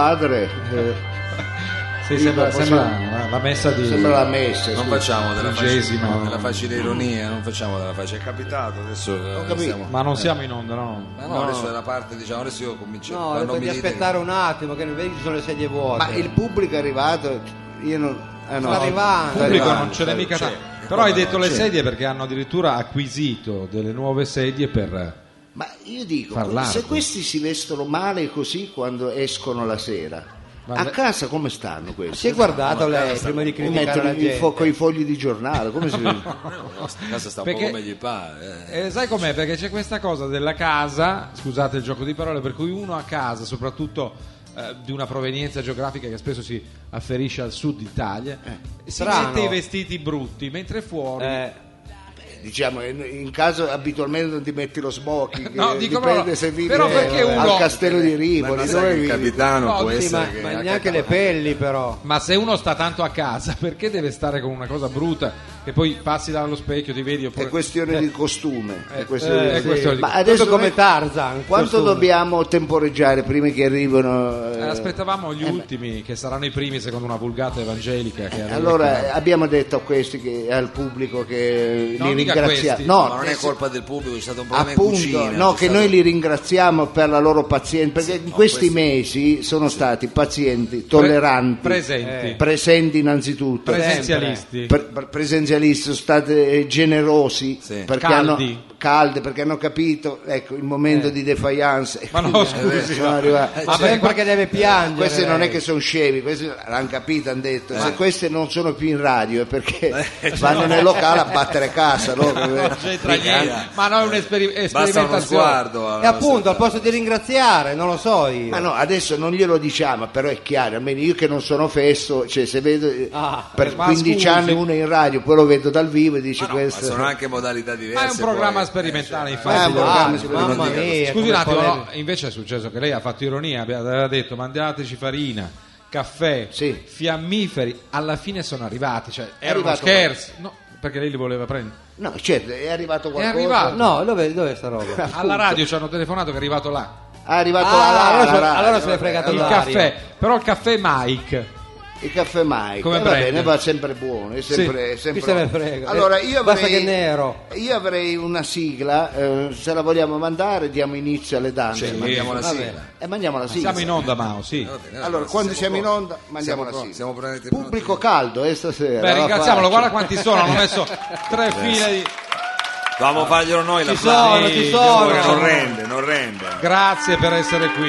padre. Sì, sembra la messa di... Sembra la messa. Non facciamo della della facile ironia, non facciamo della facile. È capitato, adesso siamo... Ma non siamo in onda, no? Ma no, adesso è la parte, diciamo, adesso io comincio. No, devi aspettare un attimo, che vedi che ci sono le sedie vuote. Ma il pubblico è arrivato, io non... sta arrivando. Il pubblico non ce n'è mica tanto. Però hai detto le c'è. sedie perché hanno addirittura acquisito delle nuove sedie per... Ma io dico, Parlato. se questi si vestono male così quando escono la sera, a casa come stanno questi? Si è guardato lei prima di criticare la gente? Con i fogli di giornale, come si vede? A casa sta un Perché- po' come gli pare. sai com'è? Perché c'è questa cosa della casa, scusate il gioco di parole, per cui uno a casa, soprattutto di una provenienza geografica che spesso si afferisce al sud Italia, si Strano. mette i vestiti brutti, mentre fuori... Diciamo, in caso abitualmente non ti metti lo smoking, No, dico dipende però- se vivi però perché uno- al castello di Ma Rivoli, non dove sai che il vivi? capitano No, può sì, essere che Ma a neanche le pelli, però. Ma se uno sta tanto a casa, perché deve stare con una cosa brutta che poi passi dallo specchio, ti vedi oppure... È questione di costume, è è questione di- Ma Proprio adesso come noi Tarzan. quanto costume. dobbiamo temporeggiare prima che arrivino? Aspettavamo gli ultimi, che saranno i primi secondo una vulgata evangelica. Che arriva Allora abbiamo detto a questi al pubblico che No, li mica ringraziamo. questi. No, Ma non è colpa del pubblico, c'è stato un problema in appunto, cucina. no, c'è che stato- noi li ringraziamo per la loro pazienza, perché in questi mesi sono stati pazienti, tolleranti, presenti innanzitutto, presenzialisti. presenzialisti, sono stati generosi, Sì. perché Caldi. perché hanno capito, ecco, il momento di defiance. Ma no, scusi, Sono arrivati. Ma sempre che deve piangere. Questi non è che sono scemi, questi l'hanno capito, hanno detto se questi non sono più in radio è perché vanno nel locale a battere casa, no? non c'entra niente. Ma no, è Basta uno sperimentazione. sguardo. E appunto, al posto di ringraziare, non lo so io. Ma no, adesso non glielo diciamo, però è chiaro, almeno io che non sono fesso, cioè se vedo per ma 15 scusi. anni uno in radio, poi lo vedo dal vivo e dice Ma questo. sono anche modalità diverse. Ma è un programma poi, sperimentale, cioè, infatti. un programma Mamma mia. Scusi un come attimo, polemica. no, invece è successo che lei ha fatto ironia, aveva detto mandateci farina, caffè, Sì. fiammiferi, alla fine sono arrivati, cioè È erano arrivato scherzi, no, perché lei li voleva prendere. No, certo, è arrivato qualcosa. arrivato. No, dove sta roba? Alla radio ci hanno telefonato che è arrivato là. È arrivato allora se ne è fregato Il l'aria. caffè, però il caffè Mike. il caffè Mike. Come va brand? bene, va sempre buono, è sempre, è sempre Chi se ne frega? Allora io Basta avrei, che è nero. io avrei una sigla, se la vogliamo mandare diamo inizio alle danze. mandiamo la Vabbè. sigla. E mandiamo la sigla. Siamo in onda, Mao, sì. Va bene, Allora, quando siamo in onda, mandiamo la sigla. Siamo pronti. Pubblico caldo stasera. Beh, la ringraziamolo, faccio. guarda quanti sono, hanno messo 3 file di... Dovevamo farglielo noi la Ci sono, ci sono. non rende. Grazie per essere qui.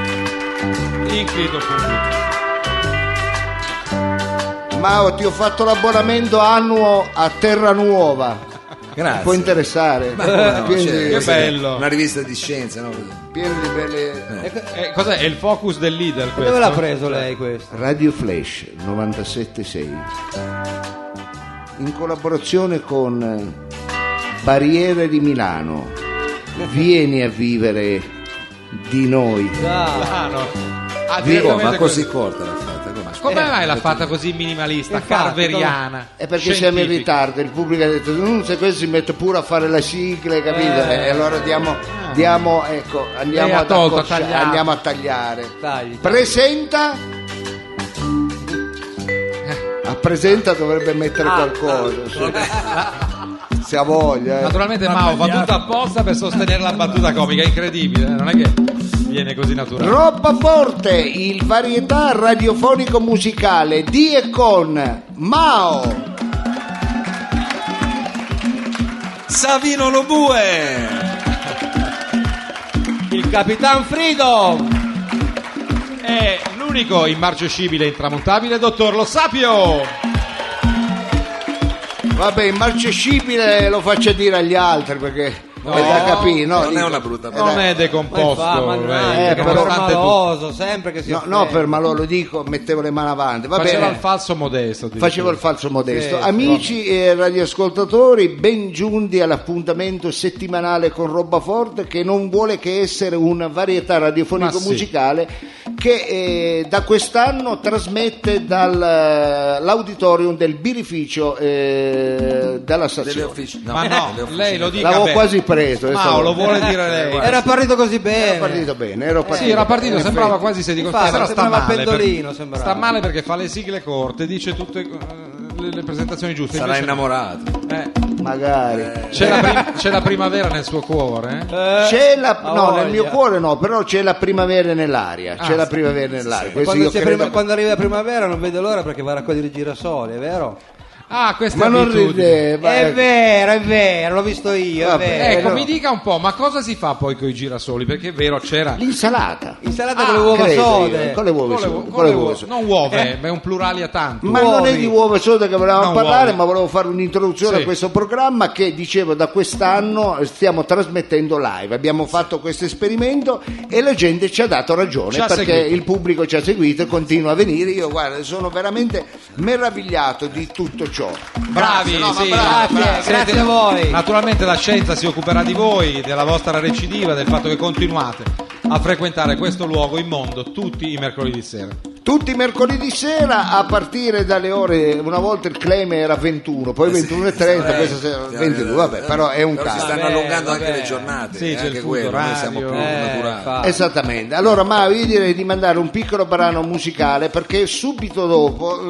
Inquieto pubblico. Mao, ti ho fatto l'abbonamento annuo a Terra Nuova. Grazie. Può interessare. Ma come no, Pieno cioè, di- Che bello. Una rivista di scienza, no? pieno di belle. Cos'è? È il focus del leader questo? Dove l'ha preso lei questo? Radio Flash 97.6 in collaborazione con Barriere di Milano. Vieni a vivere di noi. Ah, no. Ah, Vivo, direttamente ma così così. corta l'ha fatta. Come mai l'ha fatta così minimalista, Infatti, carveriana? È perché siamo in scientifica? ritardo, il pubblico ha detto se questo si mette pure a fare la sigla, capito? E allora diamo ecco, Lei ha tolto, ha accorciare, tagliato. andiamo a tagliare. Tagli. Presenta. A presenta dovrebbe mettere qualcosa. Se ha voglia. Naturalmente Mao fa tutto apposta per sostenere la battuta comica, è incredibile, non è che viene così naturale. Roba forte, il varietà radiofonico musicale di e con Mao. Savino Lobue. Il Capitan Freedom. È l'unico immarcescibile e intramontabile dottor Lo Sapio. Vabbè, immarcescibile lo faccio dire agli altri perché è da capire, no? Non è Dico, una brutta è Non da- è decomposto, però Permaloso, sempre che si No, per malò lo dico, mettevo le mani avanti. Va faceva bene. il falso modesto. Facevo il falso modesto. Sì, Amici e radioascoltatori, ben giunti all'appuntamento settimanale con Roba Forte, che non vuole che essere una varietà radiofonico Ma sì. musicale che da quest'anno trasmette dall'auditorium del birrificio della stazione. Ma no, lei lo dica. L'avevo bene. quasi preso. No, lo vuole dire lei. Era partito così bene. Sì, era partito, sembrava quasi Infatti, però sta sembrava male. pendolino, sembrava. Sta male perché fa le sigle corte, dice tutte le presentazioni giuste. Sarà Invece- innamorato. Magari. C'è la primavera nel suo cuore? C'è la, no, voglia. nel mio cuore no, però c'è la primavera nell'aria. C'è la primavera nell'aria. Questo Quando, io credo- quando arriva la primavera non vedo l'ora perché va a raccogliere i girasoli, è vero? Ah, questa Ma è non abitudine. ride, ma- È vero, l'ho visto io, Vabbè. è vero. Ecco, no. mi dica un po', ma cosa si fa poi con i girasoli? Perché è vero, c'era l'insalata. Insalata con le uova credo sode. io, con le uova con le sode, uo- con le uova sode. non uove, ma è un plurale a tanto. Ma non è Uovi. di uova sode che volevamo Non parlare, uovi. ma volevo fare un'introduzione Sì. a questo programma che, dicevo, da quest'anno stiamo trasmettendo live. Abbiamo fatto questo esperimento e la gente ci ha dato ragione Ci ha perché seguito. il pubblico ci ha seguito e continua a venire. Io, guarda, sono veramente meravigliato di tutto ciò. Bravi, no, ma sì. bravi. Grazie a voi. Naturalmente la scienza si occuperà di voi, della vostra recidiva, del fatto che continuate a frequentare questo luogo immondo tutti i mercoledì sera. Tutti i mercoledì sera a partire dalle ore, una volta il claim era 21, poi 21:30, questa sera 22, vabbè, però è un Però si caso. stanno Vabbè, allungando anche vabbè. le giornate, Sì, c'è anche il fuso quello, noi siamo più orario. naturali. Infatti. Esattamente, allora ma io direi di mandare un piccolo brano musicale perché subito dopo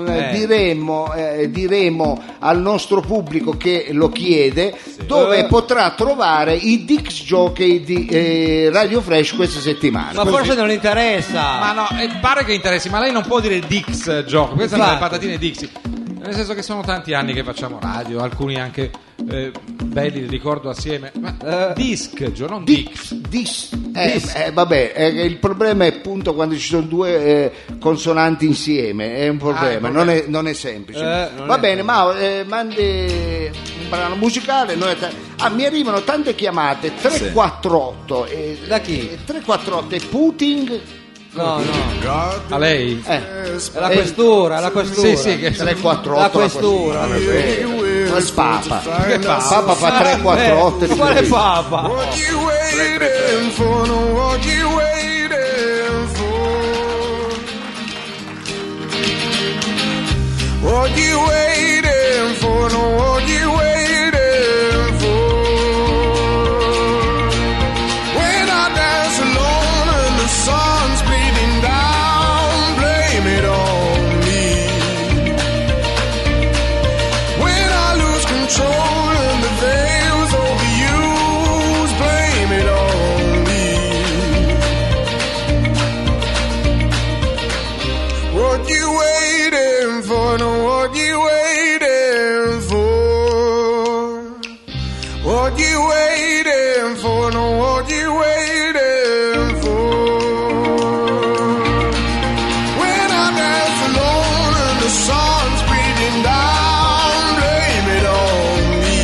diremo al nostro pubblico che lo chiede dove potrà trovare i Dix Jockey di Radio Flash questa settimana. Ma forse non interessa. Ma no, pare che interessi, ma lei non può dire Dix gioco, queste sono le Infatti. patatine Dixie. Nel senso che sono tanti anni che facciamo radio, alcuni anche belli, li ricordo assieme. Ma Disc, non Dix. Vabbè, il problema è appunto quando ci sono due consonanti insieme, è un problema, il non è semplice. Non Va è bene, ma mandi un brano musicale. Mi arrivano tante chiamate 348 Da chi? 348 e Putin. No, A lei? è la questura, è la questura. Sì, sì, che 348 La questura. Ma il Papa. Che Il Papa fa 348 Ma quale papa? What you waiting for? No, what you waiting for? What you waiting for? No, what you waiting for? When I dance alone and the sun's bleeding down, blame it on me. When I lose control and the veils overused, blame it on me. What you waiting for? No, what you waiting for? What you waiting for? No, what you waiting for? When I dance alone and the sun's beating down, blame it on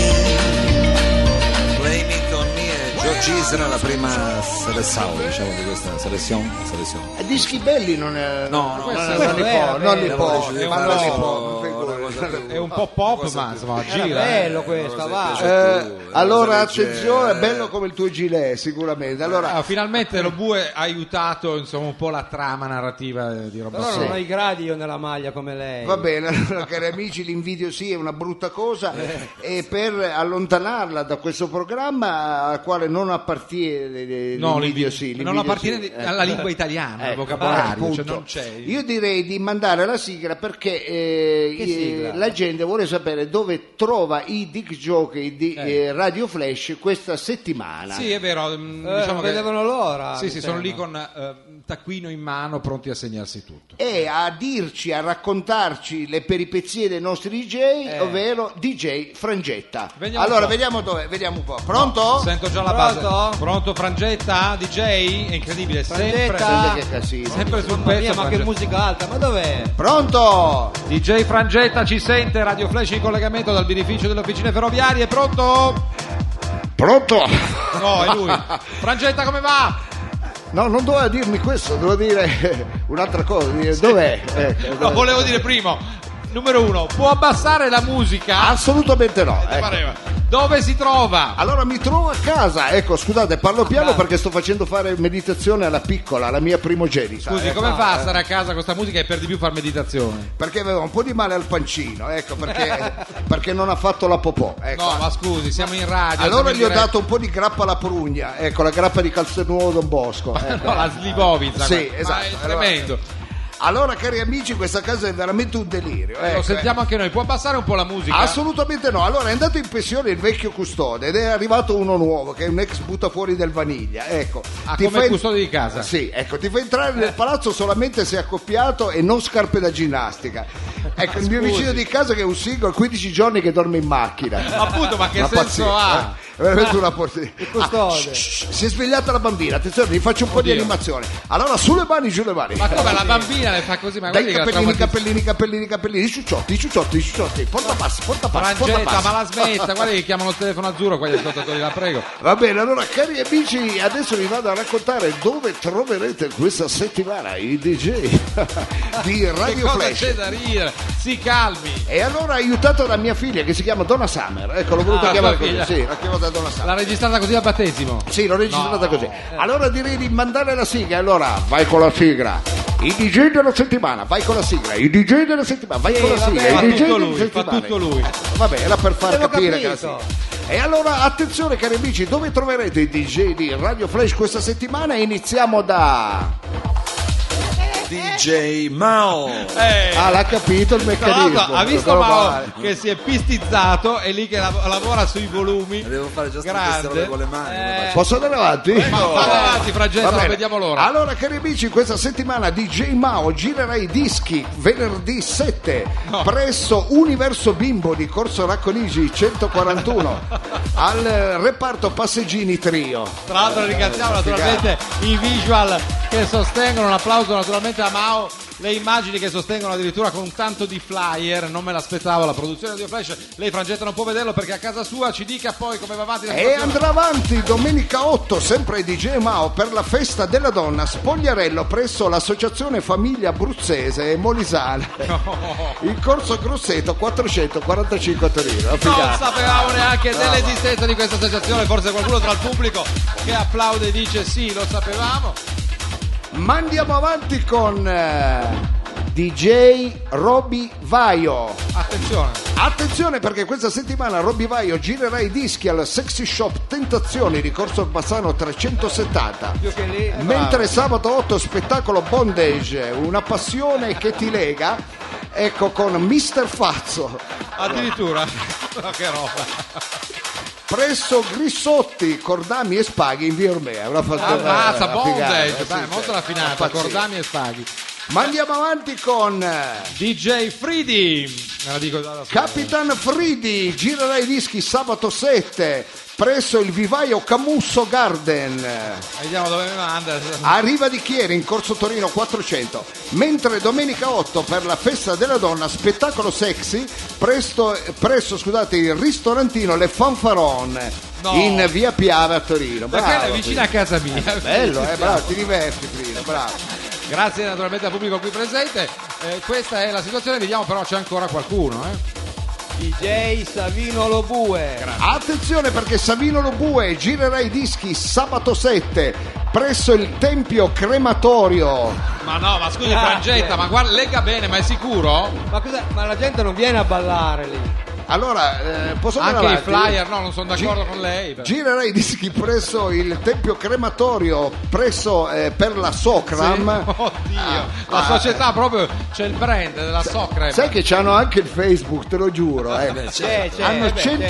me. Blame It On Me e George Ezra la prima selezione, diciamo, di questa selezione. Dischi belli non è. No, no, non questo li era può, non li bello. può, Deciso di ma fare non li solo può. una cosa più- È un po' pop, ma insomma, Era gira. bello questo, va. Allora Una cosa attenzione, è leggera. bello come il tuo gilet sicuramente. Allora Ah, finalmente lo Bue ha aiutato insomma un po' la trama narrativa di roba Però seria. non ho i gradi io nella maglia come lei. va bene, allora, cari amici, l'invidio sì è una brutta cosa e per allontanarla da questo programma al quale non appartiene No, l'invidio sì, non l'invidio appartiene sì. alla lingua italiana, al Ecco, vocabolario, appunto. cioè non c'è. Io direi di mandare la sigla perché Che sigla? la gente vuole sapere dove trova i Dick Jockey di Radio Flash questa settimana. Sì, è vero, diciamo non che vedevano l'ora. sì, mi sì, sono lì sembra. con taccuino in mano pronti a segnarsi tutto. E a dirci, a raccontarci le peripezie dei nostri DJ, ovvero DJ Frangetta. Vediamo Allora, un po'. vediamo dov'è, vediamo un po'. Pronto? Sento già la Pronto? base. Pronto Frangetta? DJ? È incredibile, sempre, Frangetta? Che casino. sempre sul Mamma pezzo. mia, ma che Frangetta. musica alta, ma dov'è? Pronto? DJ Frangetta ci sente, Radio Flash in collegamento dal birrificio delle officine ferroviarie, pronto? Pronto? No, è lui. Frangetta, come va? No, non doveva dirmi questo, dovevo dire un'altra cosa. Dire, dov'è? Ecco, Lo dov'è? volevo dire prima. Numero 1, può abbassare la musica? Assolutamente no. Ti Ecco. pareva? Dove si trova? Allora mi trovo a casa, ecco, scusate, parlo piano perché sto facendo fare meditazione alla piccola, alla mia primogenita. Scusi, ecco. come fa a stare a casa con questa musica e per di più far meditazione? Perché aveva un po' di male al pancino, ecco, perché non ha fatto la popò. Ecco. No, ma scusi, siamo in radio. Allora siamo in gli ho diretta. dato un po' di grappa alla prugna, ecco, la grappa di Calzenuovo Don Bosco. Ecco. No, la slivovica. Sì, ma esatto. è tremendo. Allora, cari amici, questa casa è veramente un delirio. Lo ecco, sentiamo anche noi. Può abbassare un po' la musica? Assolutamente no. Allora è andato in pensione il vecchio custode ed è arrivato uno nuovo che è un ex buttafuori del Vaniglia. Ecco, Come custode di casa? Sì, ecco, ti fa entrare nel palazzo solamente se accoppiato e non scarpe da ginnastica. Ecco, il mio vicino di casa che è un single, 15 giorni che dorme in macchina. Appunto, ma che Una senso pazzia, ha? È veramente una portata. custode. Si è svegliata la bambina, attenzione, vi faccio un po' di Oddio. animazione. Allora, sulle mani, giù le mani. Ma come la bambina le fa così? Ma Dai, guardi che la cappellini, ciucciotti, porta passi. Frangetta, ma la smetta, guarda che chiamano il telefono azzurro qua gli ascoltatori, la prego. Va bene, allora cari amici, adesso vi vado a raccontare dove troverete questa settimana i DJ di Che Radio cosa c'è Flash. da ridere? Si calmi. E allora aiutato da mia figlia che si chiama Donna Summer, ecco, l'ho voluto chiamare sua così, figlia. sì, l'ho chiamata Donna Summer. L'ha registrata così al battesimo? Sì, l'ho registrata No. così. Allora direi di mandare la sigla. Allora, vai con la sigla. I DJ della settimana, vai con la sigla. I DJ della settimana, vai con la sigla. Fa I DJ tutto della lui, fa settimana. tutto lui. Vabbè, era per far Avevo capire che capito. E allora, attenzione cari amici, dove troverete i DJ di Radio Flash questa settimana? Iniziamo da... DJ Mao. Ah, l'ha capito il Tra meccanismo. l'altro, ha visto Meno Mao male. che si è pistizzato e lì che lavora sui volumi. Devo fare già Grande. con le mani. Posso andare avanti? Ma fate avanti, Frangetta, Va lo bene. vediamo l'ora. Allora, cari amici, questa settimana DJ Mao girerà i dischi venerdì 7 presso Universo Bimbo di Corso Racconigi 141 al reparto Passeggini Trio. Tra l'altro ringraziamo naturalmente i visual che sostengono, un applauso naturalmente a Mao, le immagini che sostengono addirittura con tanto di flyer, non me l'aspettavo, la produzione di Flash, lei Frangetta non può vederlo perché a casa sua, ci dica poi come va avanti la E situazione. andrà avanti domenica 8 sempre DJ Mao per la festa della donna Spogliarello presso l'associazione Famiglia Abruzzese e Molisana in Corso Grosseto 445 a Torino. Una Non figata. sapevamo neanche dell'esistenza di questa associazione, forse qualcuno tra il pubblico che applaude e dice sì, lo sapevamo. Ma andiamo avanti con DJ Roby Vaio. Attenzione perché questa settimana Roby Vaio girerà i dischi al Sexy Shop Tentazioni di Corso Bassano 370. Più che lì, Mentre sabato 8 spettacolo Bondage, una passione che ti lega, ecco, con Mr. Fazzo Addirittura. Ma che roba. presso Grissotti, Cordami e Spaghi in via Ormea. Una Ammazza, una Bondage, figata, dai, sì, molto sì, raffinata, una pazzia. Cordami e Spaghi. Ma andiamo avanti con DJ Fridi, me la dico dalla sua. Capitan Fridi, girerà i dischi sabato 7 presso il vivaio Camusso Garden Vediamo dove mi manda. a Riva di Chieri in Corso Torino 400, mentre domenica 8 per la festa della donna spettacolo sexy presso il ristorantino Le Fanfaron No. in via Piave a Torino. Perché Bravo, è vicino a casa mia. bello, bravo, ti diverti Frida, bravo. Grazie naturalmente al pubblico qui presente. Questa è la situazione, vediamo però c'è ancora qualcuno. DJ Savino Lobue. Attenzione perché Savino Lobue girerà i dischi sabato 7 presso il Tempio Crematorio. Ma no, ma scusi Grazie. Frangetta, ma guarda, lega bene, ma è sicuro? Ma cosa? Ma la gente non viene a ballare lì. Allora, posso andare Anche i avanti? flyer, no, non sono d'accordo con lei. però. Girerà i dischi presso il Tempio Crematorio presso per la Socram. Sì. Oddio, la società proprio, c'è il brand della Socrem. Sai che c'hanno anche il Facebook, te lo giuro. Hanno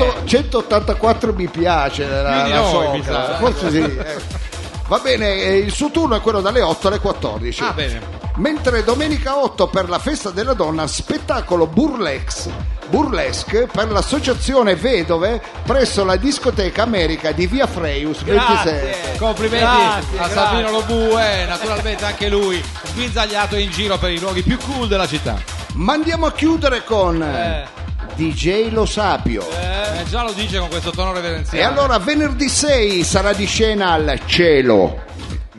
184 mi piace Più di la noi, mi Socram. sa. Forse sì. Va bene, il suo turno è quello dalle 8 alle 14. Ah, bene. Mentre domenica 8 per la festa della donna spettacolo burlesque per l'associazione Vedove presso la discoteca America di via Freius 27. Complimenti Grazie, a Savino Lobue, naturalmente anche lui sguinzagliato in giro per i luoghi più cool della città. Ma andiamo a chiudere con DJ Lo Sapio. Già lo dice con questo tono reverenziale. E allora venerdì 6 sarà di scena al Cielo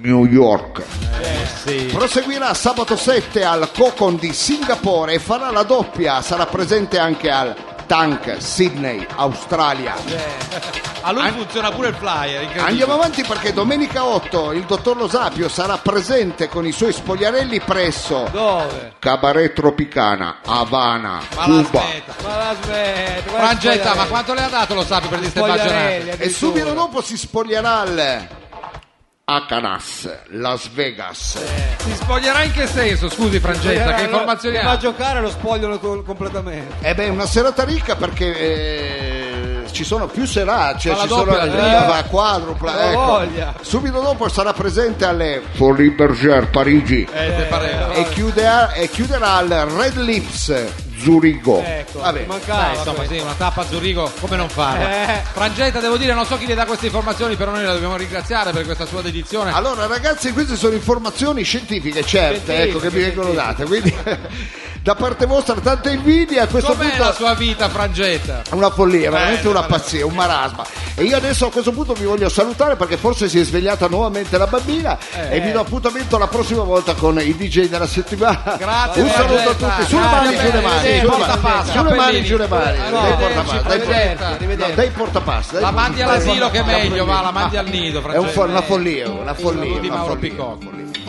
New York. Sì. Proseguirà sabato 7 al Cocon di Singapore e farà la doppia, sarà presente anche al Tank Sydney, Australia. A lui funziona pure il flyer, incredibile. Andiamo avanti perché domenica 8 il dottor Lo Sapio sarà presente con i suoi spogliarelli presso Dove? Cabaret Tropicana, Havana, Ma la Cuba. smetta. Ma la smetta. Frangetta, ma quanto le ha dato Lo Sapio per queste baggianate? E subito dopo si spoglierà al Acanas, Las Vegas. Si spoglierà in che senso? Scusi Frangetta, che informazioni va a ha? giocare lo spogliano completamente. E beh, una serata ricca perché ci sono più serate, cioè Fa la ci sono doppia, va quadrupla. Ho voglia. Subito dopo sarà presente alle Folie Bergère Parigi Te pareva. e chiuderà al Red Lips Zurigo. Ecco, Vabbè. mancava. Insomma, sì, una tappa a Zurigo, come non farla? Frangetta, devo dire, non so chi le dà queste informazioni, però noi la dobbiamo ringraziare per questa sua dedizione. Allora ragazzi, queste sono informazioni scientifiche certe, ecco, che mi vengono date, quindi da parte vostra tanta invidia. A questo Com'è punto la sua vita, Frangetta? una follia, veramente una vabbè. pazzia, un marasma. E io adesso a questo punto vi voglio salutare perché forse si è svegliata nuovamente la bambina e vi do appuntamento la prossima volta con i DJ della settimana. Grazie, Un saluto a Frangetta. tutti, sulle mani, Grazie, sulle mani, arrivederci, sulle portapassi, mani, cappellini. sulle mani, dai Arrivederci, portapassi, Frangetta. dai portapassi. La mandi all'asilo che è meglio, va, la mandi al nido, È Frangetta. una follia, una follia. Saluti una Mauro follia. Picocco.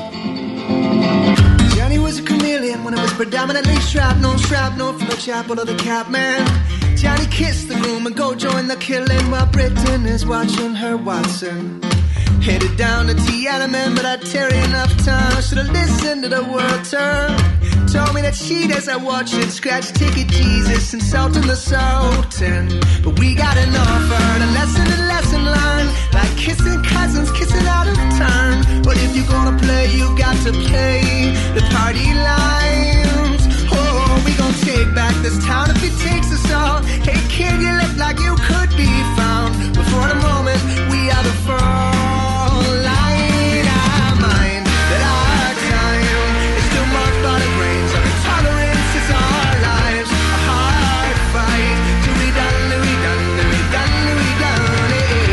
Johnny was a chameleon when it was predominantly shrapnel from the chapel of the Catman. Johnny kissed the groom and go join the killing while Britain is watching her Watson. Headed down to Tiananmen, but I'd tarry enough time. Should've listened to the world turn. Told me that she'd as I watched it scratch ticket Jesus, insulting the Sultan. But we got an offer, a lesson learned. Like kissing cousins, kissing out of turn. But if you're gonna play, you got to play the party lines. Oh, we gon' take back this town if it takes us all. Hey kid, you look like you could be found. But for the moment, we are the front line. I mind that our time is still marked by the brains of intolerance. It's our lives, a hard fight. Till we done, till we done, till we done, till we done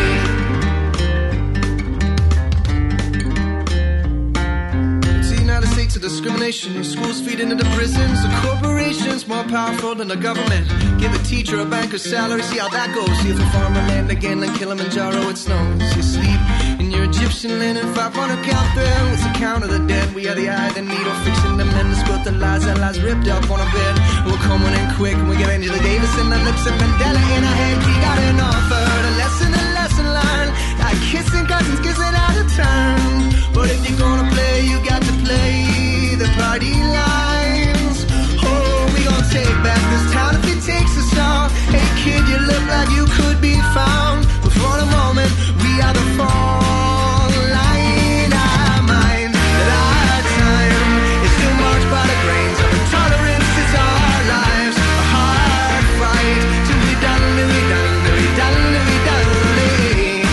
it. See, now the states of discrimination, your schools feed into the prisons, the corporations more powerful than the government. Give a teacher a banker's salary, see how that goes. See if a farmer land again like Kilimanjaro, it snows. You sleep in your Egyptian linen, 500 count there. What's the count of the dead? We are the eye, the needle, fixing the men, built the lies, that lies ripped up on a bed. We're coming in quick, and we get Angela Davis in the lips and Mandela in our head. We got an offer, a lesson learned. Like kissing cousins, kissing out of turn. But if you're gonna play, you got to play the party lines. Oh, we gon' take back this town if it takes us all. Hey kid, you look like you could be found. But for the moment, we are the front line. I mind that our time is still marked by the grains of intolerance. It's our lives, a hard fight. Till we done, till we done, till we done, till we done it.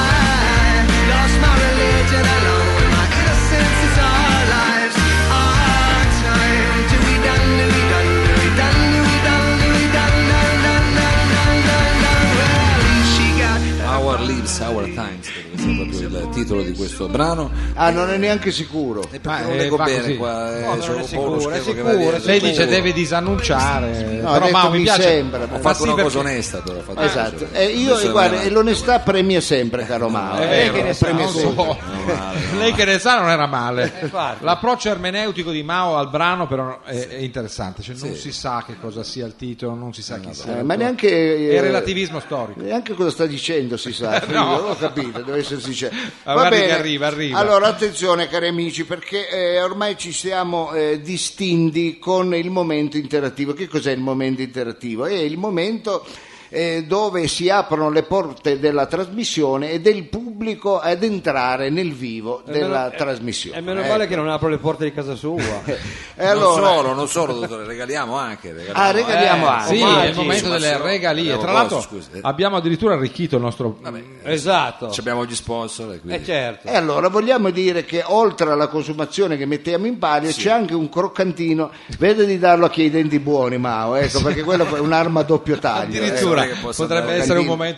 I lost my religion along with my innocence. It's our lives, our time. Till we done, till we done, till we done, till we done, till we done, done, done, done, done, done, done. Well, she got Our Lives, Our Times, questo è proprio il titolo di questo brano. Ah, non è neanche sicuro. E perché non leggo va bene così. qua, No, c'è non un è po' uno sicuro, è schermo che sicuro, va è via. Lei dice deve disannunciare. No, ha però detto Mao, mi mi piace. sembra. Ho Fa fatto una perché- cosa onesta, allora, ho fatto Esatto, così. e io Adesso guarda, me ne e l'onestà premia sempre, caro Mao. vero, Che ne premia non sempre. so. Lei che ne sa non era male. infatti. L'approccio ermeneutico di Mao al brano però è interessante, cioè non si sa che cosa sia il titolo, non si sa chi sia. Ma neanche È relativismo storico. neanche cosa sta dicendo si sa. No. Non ho capito, deve essere sincero. Ma Va guardi bene. che arriva. Allora attenzione cari amici, perché ormai ci siamo distinti con il momento interattivo. Che cos'è il momento interattivo? È il momento dove si aprono le porte della trasmissione ed è il pubblico ad entrare nel vivo della trasmissione. E meno male che non apro le porte di casa sua. E allora, non solo, dottore, regaliamo anche. regaliamo anche. Sì, ormai è il momento delle regalie. Tra l'altro abbiamo addirittura arricchito il nostro Esatto. abbiamo gli sponsor e quindi Certo. E allora vogliamo dire che oltre alla consumazione che mettiamo in palio c'è anche un croccantino, vede di darlo a chi ha i denti buoni Mao, ecco, perché quello è un'arma a doppio taglio. addirittura che possa potrebbe andare essere un cantino. momento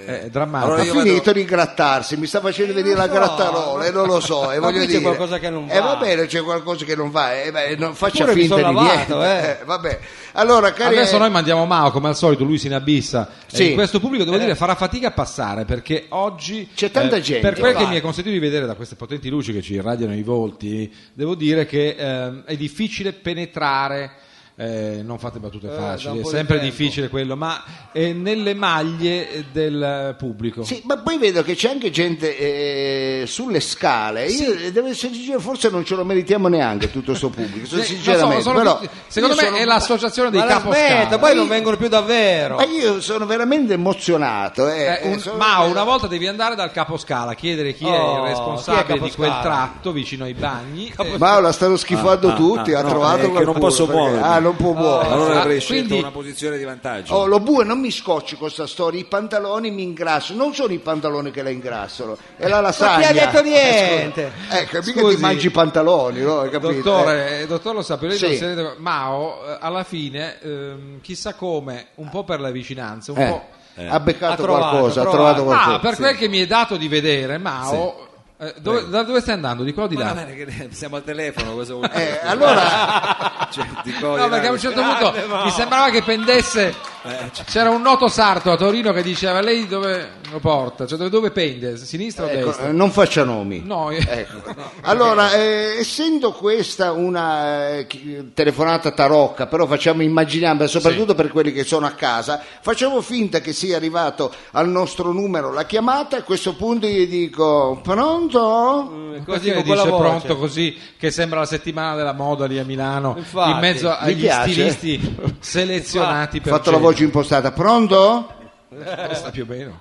è drammatico. Allora Ha io finito di grattarsi, mi sta facendo venire la grattarola e non lo so. E Ma voglio qui c'è dire, qualcosa che non va. va bene, c'è qualcosa che non va. Non faccia Eppure mi finta sono di lavato, niente. Vabbè. Allora, cari, Adesso noi mandiamo Mao, come al solito, lui si inabissa. Sì. E questo pubblico, devo dire, farà fatica a passare perché oggi C'è tanta gente. Per quel che mi è consentito di vedere da queste potenti luci che ci irradiano i volti, devo dire che è difficile penetrare. Non fate battute da facili, un è po' di sempre tempo. difficile quello, ma nelle maglie del pubblico. Sì, ma poi vedo che c'è anche gente sulle scale. Io devo essere sincero, forse non ce lo meritiamo neanche tutto questo pubblico. Sinceramente, sono però tutti- secondo io me sono- è l'associazione dei Ma caposcala. aspetta, poi non vengono più davvero. Ma io sono veramente emozionato. Mao, una volta devi andare dal caposcala, chiedere chi è il chi è responsabile di quel caposcala? tratto vicino ai bagni. Ma la stanno schifando tutti. Ha no, trovato è che non qualcuno, posso perché- muovermi. non può muovere. Allora avrei quindi- scelto una posizione di vantaggio. Oh, lo bue, non mi scocci con questa storia. I pantaloni mi ingrassano. Non sono i pantaloni che la ingrassano, è la lasagna. Ma chi ha detto niente? Mica Scusi. ti mangi i pantaloni, no? Hai capito? Dottore, dottor Lo Sapio, lei Sì. non si rende- Mao alla fine, chissà come, un po' per le vicinanze, un Eh, po'. ha beccato Ha trovato, qualcosa, ha ha trovato trovato. qualcosa. Per quel che mi è dato di vedere, Mao, da dove stai andando? Di qua o di Ma là? va bene che siamo al telefono, cosa vuol dire? Allora, Cioè, di qua, No, di perché a là. un certo punto mi sembrava che pendesse. C'era un noto sarto a Torino che diceva: lei dove lo porta? Cioè, dove pende? A sinistra o a ecco, destra? non faccia nomi. No, Ecco. Allora, essendo questa una telefonata tarocca, però immaginiamo, soprattutto per quelli che sono a casa, facciamo finta che sia arrivato al nostro numero la chiamata e a questo punto gli dico: pronto? così con che quella dice voce. pronto così, che sembra la settimana della moda lì a Milano, Infatti, in mezzo agli piace. stilisti selezionati Ho per fatto la voce impostata, pronto? sta più o meno.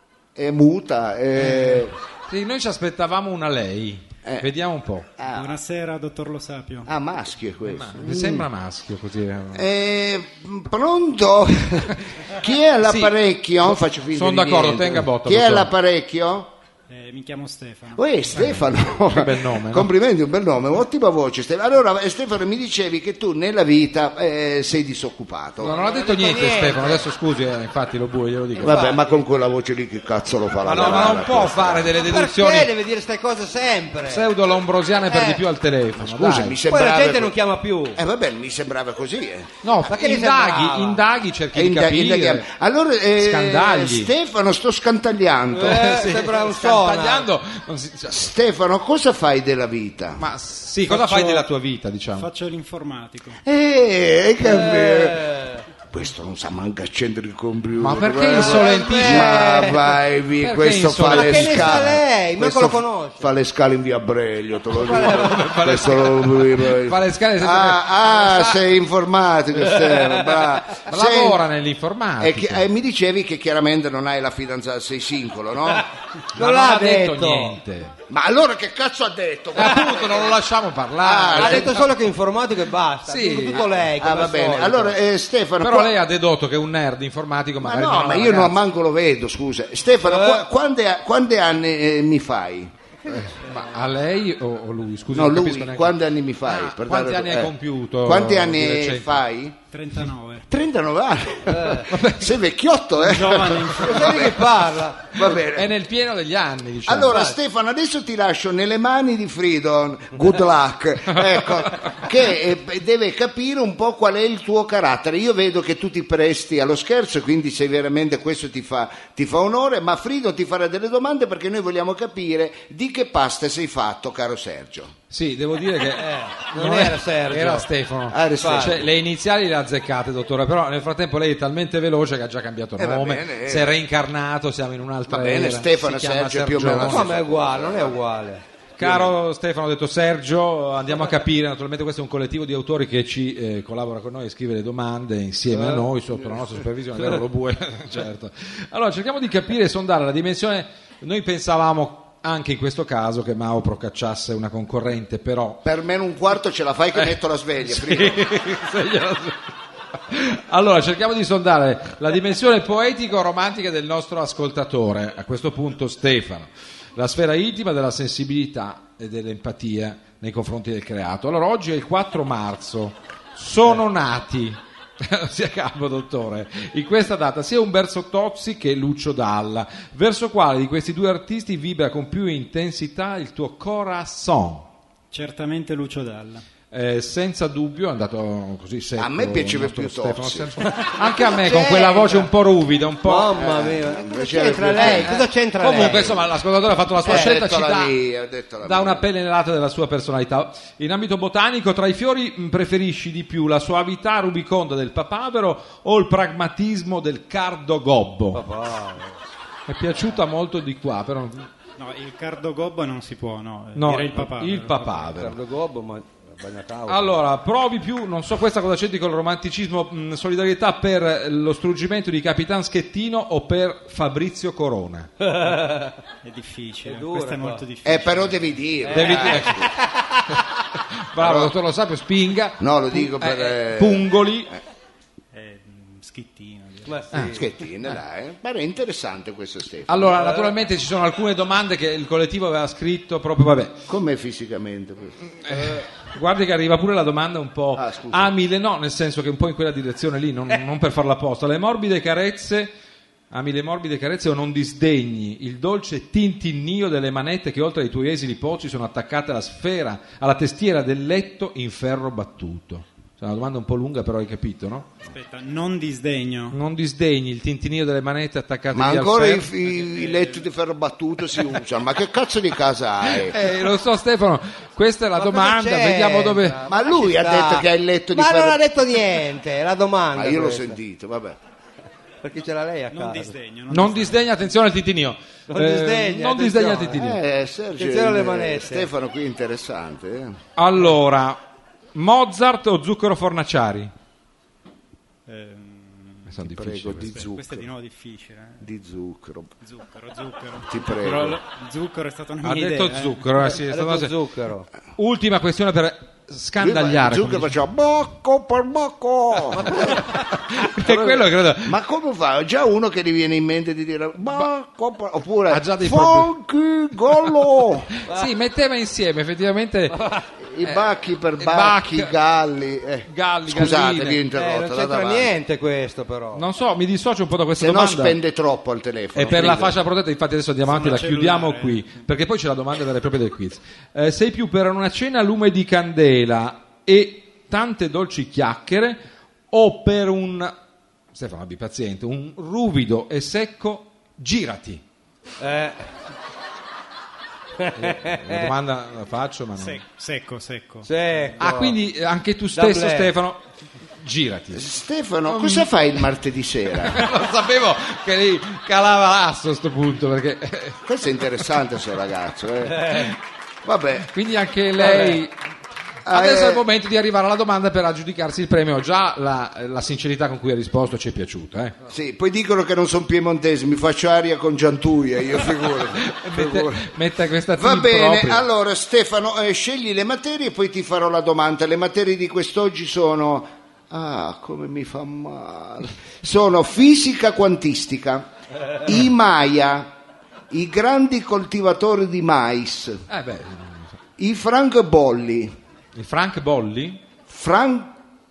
È muta. Sì, noi ci aspettavamo una lei. Vediamo un po'. Buonasera, dottor Lo Sapio. Ah, maschio è questo. Mi sembra maschio così. Pronto? Chi è all'apparecchio? Faccio finta sono di d'accordo, niente. tenga botta, Chi è dottore. all'apparecchio? Mi chiamo Stefano. Stefano, Che bel nome, no? complimenti, un bel nome, ottima voce. Allora, Stefano, mi dicevi che tu nella vita sei disoccupato. No, non ha detto niente Stefano, adesso scusi, infatti lo bue, glielo dico. Vabbè, ma con quella voce lì che cazzo lo fa la Ma no, ma galera, non può questa? fare delle Perché deduzioni deve dire queste cose sempre? pseudo-lombrosiane per di più al telefono. Scusa, dai. mi Poi sembrava la gente non chiama più. vabbè, mi sembrava così. No, Ma che gli sembrava? indaghi, cerchi di capire. Indaghiamo. Allora, Scandagli. Stefano, sto scantagliando. Sembra un sonar. Scantagliando, non si- cioè, Stefano, cosa fai della vita? ma sì, cosa fai della tua vita, diciamo? Faccio l'informatico. Questo non sa manco accendere il computer. Ma perché insolentisce? Ma vai via, Perché questo fa insolente? le Ma che ne sa scale. lei? Manco Questo lo conosce. fa le scale in via Breglio, te lo dico. Questo Fa le scale sempre sei informatico, Stefano, bravo. lavora Sei- nell'informatica. mi dicevi che chiaramente non hai la fidanzata, sei singolo, no? Ma Non l'ha ha detto detto. niente. Ma allora che cazzo ha detto? Appunto, non lo lasciamo parlare. Ha detto solo che è informatico e basta. Sì. Tutto lei. Ah, come va al bene. solito. Allora, Stefano, Però lei ha dedotto che è un nerd informatico, ma magari no, non ma una io non ragazza. manco lo vedo, scusa. Stefano, quanti anni mi fai? Ma a lei o lui? Scusi, No, non lui, capisco neanche. quanti anni mi fai? Ah, quanti anni hai compiuto Quanti di anni recente? fai? 39. 39 anni. Sei vecchiotto, eh? Giovane Sai che parla? Va bene. È nel pieno degli anni, diciamo. Allora Stefano, adesso ti lascio nelle mani di Freedom, good luck, ecco, che deve capire un po' qual è il tuo carattere. Io vedo che tu ti presti allo scherzo, quindi sei veramente, questo ti fa onore, ma Freedom ti farà delle domande perché noi vogliamo capire di che pasta sei fatto, caro Sergio. Sì, devo dire che non era Sergio. era Stefano. Ah, era Stefano. Cioè, le iniziali le ha azzeccate, dottore, però nel frattempo lei è talmente veloce che ha già cambiato va nome, bene, si è reincarnato, siamo in un'altra Va bene, era. Stefano Si e chiama Sergio più o meno Sergione. la No, ma è uguale, non è uguale. Caro Stefano, ho detto Sergio, andiamo a capire, naturalmente questo è un collettivo di autori che ci collabora con noi e scrive le domande insieme a noi, sotto la nostra supervisione, vero lo bue? Certo. Allora, cerchiamo di capire e sondare la dimensione, noi pensavamo anche in questo caso che Mao procacciasse una concorrente, però... Per meno un quarto ce la fai che metto la sveglia. Freedom. Allora, cerchiamo di sondare la dimensione poetico-romantica del nostro ascoltatore, a questo punto Stefano, la sfera intima della sensibilità e dell'empatia nei confronti del creato. Allora, oggi è il 4 marzo, sono nati sia capo, dottore, in questa data sia Umberto Tozzi che Lucio Dalla. Verso quale di questi due artisti vibra con più intensità il tuo corazon? Certamente Lucio Dalla. Senza dubbio, è andato così secco. A me piaceva il nostro più Stefano. Tozzi. Anche a me, con quella voce un po' ruvida, un po'. Mamma mia, cosa invece c'entra era più- lei? Cosa c'entra Comunque, lei? insomma, l'ascoltatore ha fatto la sua scelta, ci ha detto la dà mia. una pennellata della sua personalità. In ambito botanico, tra i fiori preferisci di più la suavità rubiconda del papavero o il pragmatismo del cardogobbo? È piaciuta molto di qua, però No, il cardogobbo non si può, no. no, Direi il papavero. il papavero. Carlo Gobbo, ma bagnacauda. Allora, provi più, non so questa cosa c'entri con il romanticismo, solidarietà per lo struggimento di Capitan Schettino o per Fabrizio Corona? È difficile, È dura, questo è qua. molto difficile. Però devi dire. Devi dire. Bravo, dottor Lo Sapio, Spinga. No, lo dico per... Pungoli. Schittino. direi. Ma sì. Schettine, dai. Ma era interessante questo Stefano. Allora, naturalmente ci sono alcune domande che il collettivo aveva scritto proprio, vabbè. Com'è fisicamente questo? Guardi che arriva pure la domanda un po' Ah, scusa. amile, no, nel senso che un po' in quella direzione lì, non per farla apposta. Le morbide carezze, ami le morbide carezze o non disdegni il dolce tintinnio delle manette che oltre ai tuoi esili poci sono attaccate alla sfera, alla testiera del letto in ferro battuto? È una domanda un po' lunga, però hai capito, no? Aspetta, non disdegno. Non disdegni il tintinnio delle manette attaccate Ma lì ancora al ferro? i letti di ferro battuto si usano. Ma che cazzo di casa hai? Lo so Stefano, questa è la Ma cosa domanda, c'entra? vediamo dove... Ma lui ha sta. detto che ha il letto di Ma ferro. non ha detto niente, è la domanda. Ma io l'ho questa. sentito, vabbè. Perché ce l'ha lei a casa. Non disdegno. Non disdegna, attenzione al tintinio. Non disdegna, non disdegna il attenzione. tintinio. Sergio, Attenzione alle manette. Stefano qui è interessante. Allora, Mozart o Zucchero Fornaciari? Sono Ti prego, difficili. di Questo è di zucchero. nuovo difficile. Di zucchero. Zucchero. Ti Però prego. lo zucchero è stata una Ha mia detto idea. zucchero, sì, è Ha stato- detto zucchero. Ultima questione per scandagliare. Zucchero come faceva bocco per bocco. dice. È quello credo. Ma come fa? Già uno che gli viene in mente di dire bocco per... oppure Ha già dei funky gollo. Sì, metteva insieme effettivamente I bacchi per i bacchi, bac- galli. galli, Scusate, galline. vi ho Non interrotto. andate c'entra avanti. niente questo però. Non so, mi dissocio un po' da questa Se no domanda. spende troppo al telefono. E per la prima. fascia protetta, infatti adesso andiamo avanti, la Insomma, chiudiamo cellulare. qui, perché poi c'è la domanda vera e propria del quiz. Sei più per una cena a lume di candela e tante dolci chiacchiere o per un, Stefano abbi paziente, un ruvido e secco girati? La domanda la faccio, ma non... Secco. Secco. Ah, quindi anche tu stesso, Double. Stefano, girati. Stefano, cosa fai il martedì sera? Non sapevo che lei calava l'asso a sto punto, perché... Questo è interessante, sto ragazzo. Vabbè. Quindi anche lei... Adesso è il momento di arrivare alla domanda per aggiudicarsi il premio. Già la sincerità con cui ha risposto ci è piaciuta. Sì, poi dicono che non sono piemontesi, mi faccio aria con Giantuia, io figuro. Mette questa Va tilt bene, proprio. allora Stefano, scegli le materie e poi ti farò la domanda. Le materie di quest'oggi sono... Ah, come mi fa male. Sono fisica quantistica, i Maya, i grandi coltivatori di mais, i francobolli, Il Frank Bolli? Frank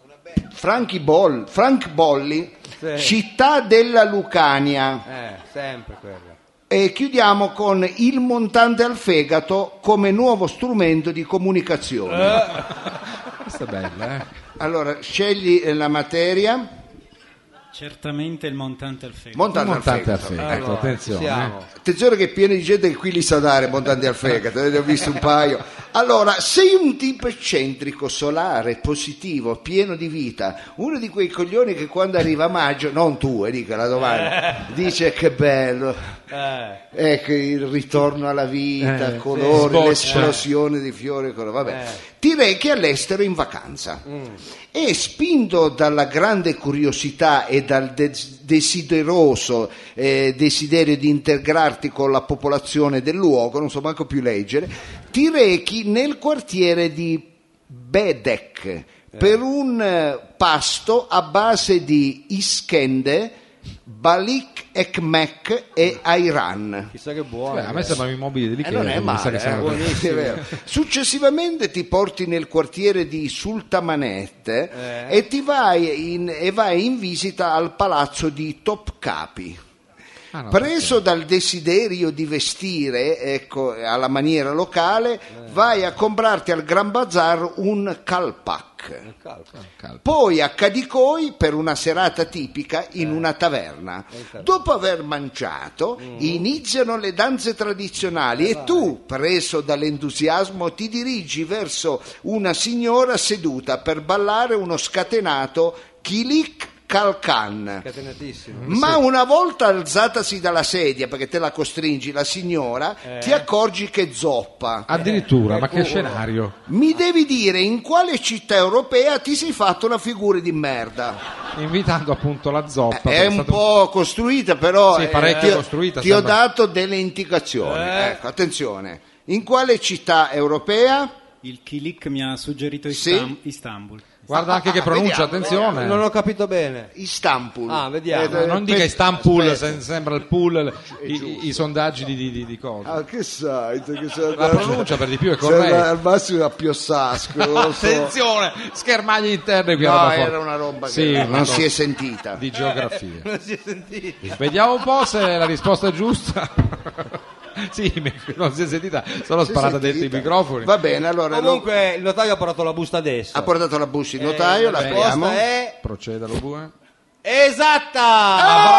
Bolli, Sì. città della Lucania. Sempre quella. E chiudiamo con il montante al fegato come nuovo strumento di comunicazione. Questa è bella, Allora, scegli la materia. Certamente il montante al fegato. Montante al Montante al fegato. fegato, Ecco. attenzione. Siamo. Attenzione che è pieno di gente che qui li sa dare montanti al fegato, ne ho visto un paio. Allora, sei un tipo eccentrico, solare, positivo, pieno di vita, uno di quei coglioni che quando arriva maggio, non tu, dica la domanda, dice che bello, ecco il ritorno alla vita, colori, sboccia. l'esplosione di fiori e colori, vabbè. Ti rechi all'estero in vacanza e spinto dalla grande curiosità e dal desiderio di integrarti con la popolazione del luogo, non so manco più leggere, ti rechi nel quartiere di Bedek per un pasto a base di iskende, balik Ekmek e Ayran. Chissà che buono. A me sembrano i mobili dell'Ikea. Non è mi sa male, che sono- è vero. Successivamente ti porti nel quartiere di Sultamanette e vai in visita al palazzo di Topkapi. Ah, no, Preso dal desiderio di vestire, ecco, alla maniera locale, vai a comprarti al Gran Bazar un kalpak. Poi a Kadikoi per una serata tipica in una taverna. Dopo aver mangiato iniziano le danze tradizionali e tu, preso dall'entusiasmo, ti dirigi verso una signora seduta per ballare uno scatenato Kilik Kalkan. Catenatissimo. Ma una volta alzatasi dalla sedia, perché te la costringi la signora, ti accorgi che zoppa. Addirittura, ma che scenario. Mi devi dire in quale città europea ti sei fatto una figura di merda. Invitando appunto la zoppa. È un po' costruita, però Sì, parecchio costruita, ti ho sembra. dato delle indicazioni. Ecco, attenzione. In quale città europea? Il Kilik mi ha suggerito Sì? Istanbul. Guarda anche che pronuncia, vediamo, attenzione. Non ho capito bene. Istanbul. Ah, vediamo. Non dica Istanbul, aspetta. sembra il pool, i sondaggi di cosa. Ah, che sai? La pronuncia per di più è Sembra corretta. al massimo a Piossasco. non lo so. Attenzione, schermaglie interne qui a No, roba forte. era una roba che Sì, non si è sentita. di geografia. Non si è sentito. Vediamo un po' se la risposta è giusta. Sì, non si è sentita, sono sparata dentro i microfoni. Va bene, allora Comunque il notaio ha portato la busta adesso. ha portato la busta il notaio, la bene. apriamo. risposta è Proceda lo bue. esatta.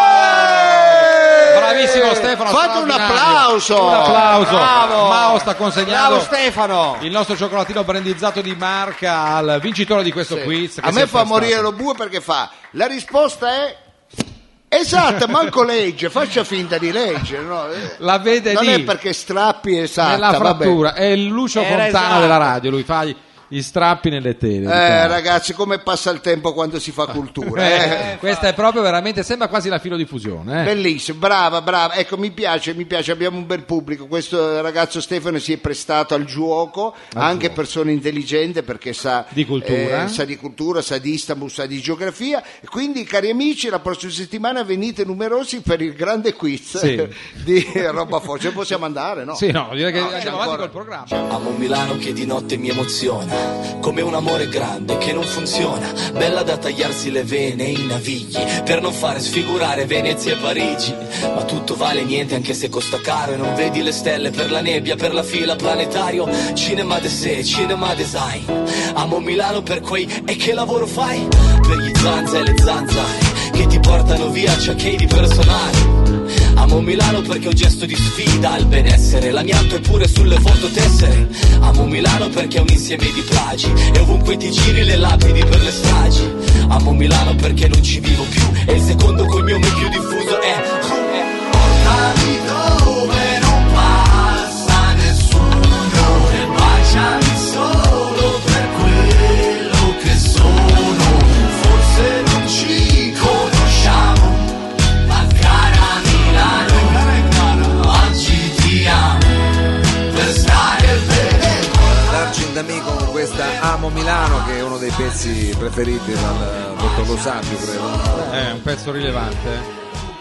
Bravissimo Stefano. Fate un straordinario. applauso. Un applauso. Bravo. Mao sta consegnando Bravo Stefano. il nostro cioccolatino brandizzato di marca al vincitore di questo quiz. che A me si è fa morire prestato. lo bue perché fa la risposta è esatta, manco legge, faccia finta di leggere, no? La vede Non lì è perché strappi esatta, nella vabbè. frattura. È il Lucio Era Fontana esatto. della radio. Lui fa gli strappi nelle tele. diciamo. Ragazzi, come passa il tempo quando si fa cultura, eh? Questa è proprio veramente, sembra quasi la filodiffusione. Bellissimo, brava, ecco, mi piace, abbiamo un bel pubblico. Questo ragazzo Stefano si è prestato al gioco, anche persona intelligente perché sa Di cultura. sa di cultura, sa di Istanbul, sa di geografia. Quindi, cari amici, la prossima settimana venite numerosi per il grande quiz Sì. di roba forte. Possiamo andare, no? Sì, no, direi che andiamo avanti ancora. col programma. Amo Milano che di notte mi emoziona, come un amore grande che non funziona, bella da tagliarsi le vene e i navigli, per non fare sfigurare Venezia e Parigi. Ma tutto vale niente anche se costa caro e non vedi le stelle per la nebbia, per la fila planetario. Cinema de sé, cinema design. Amo Milano per quei e che lavoro fai? Per gli zanza e le zanzare che ti portano via ciacchini personali. Amo Milano perché è un gesto di sfida al benessere, l'amianto è pure sulle fototessere. Amo Milano perché è un insieme di plagi e ovunque ti giri le lapidi per le stragi. Amo Milano perché non ci vivo più e il secondo cognome più diffuso è portami dove non passa nessuno e baciami solo per quello che sono. Forse non ci conosciamo, ma cara Milano, oggi ti amo per stare bene. Darci d'amico con questa Amo Milano, che è uno dei pezzi preferiti dal dottor Lo Sapio, credo. È un pezzo rilevante.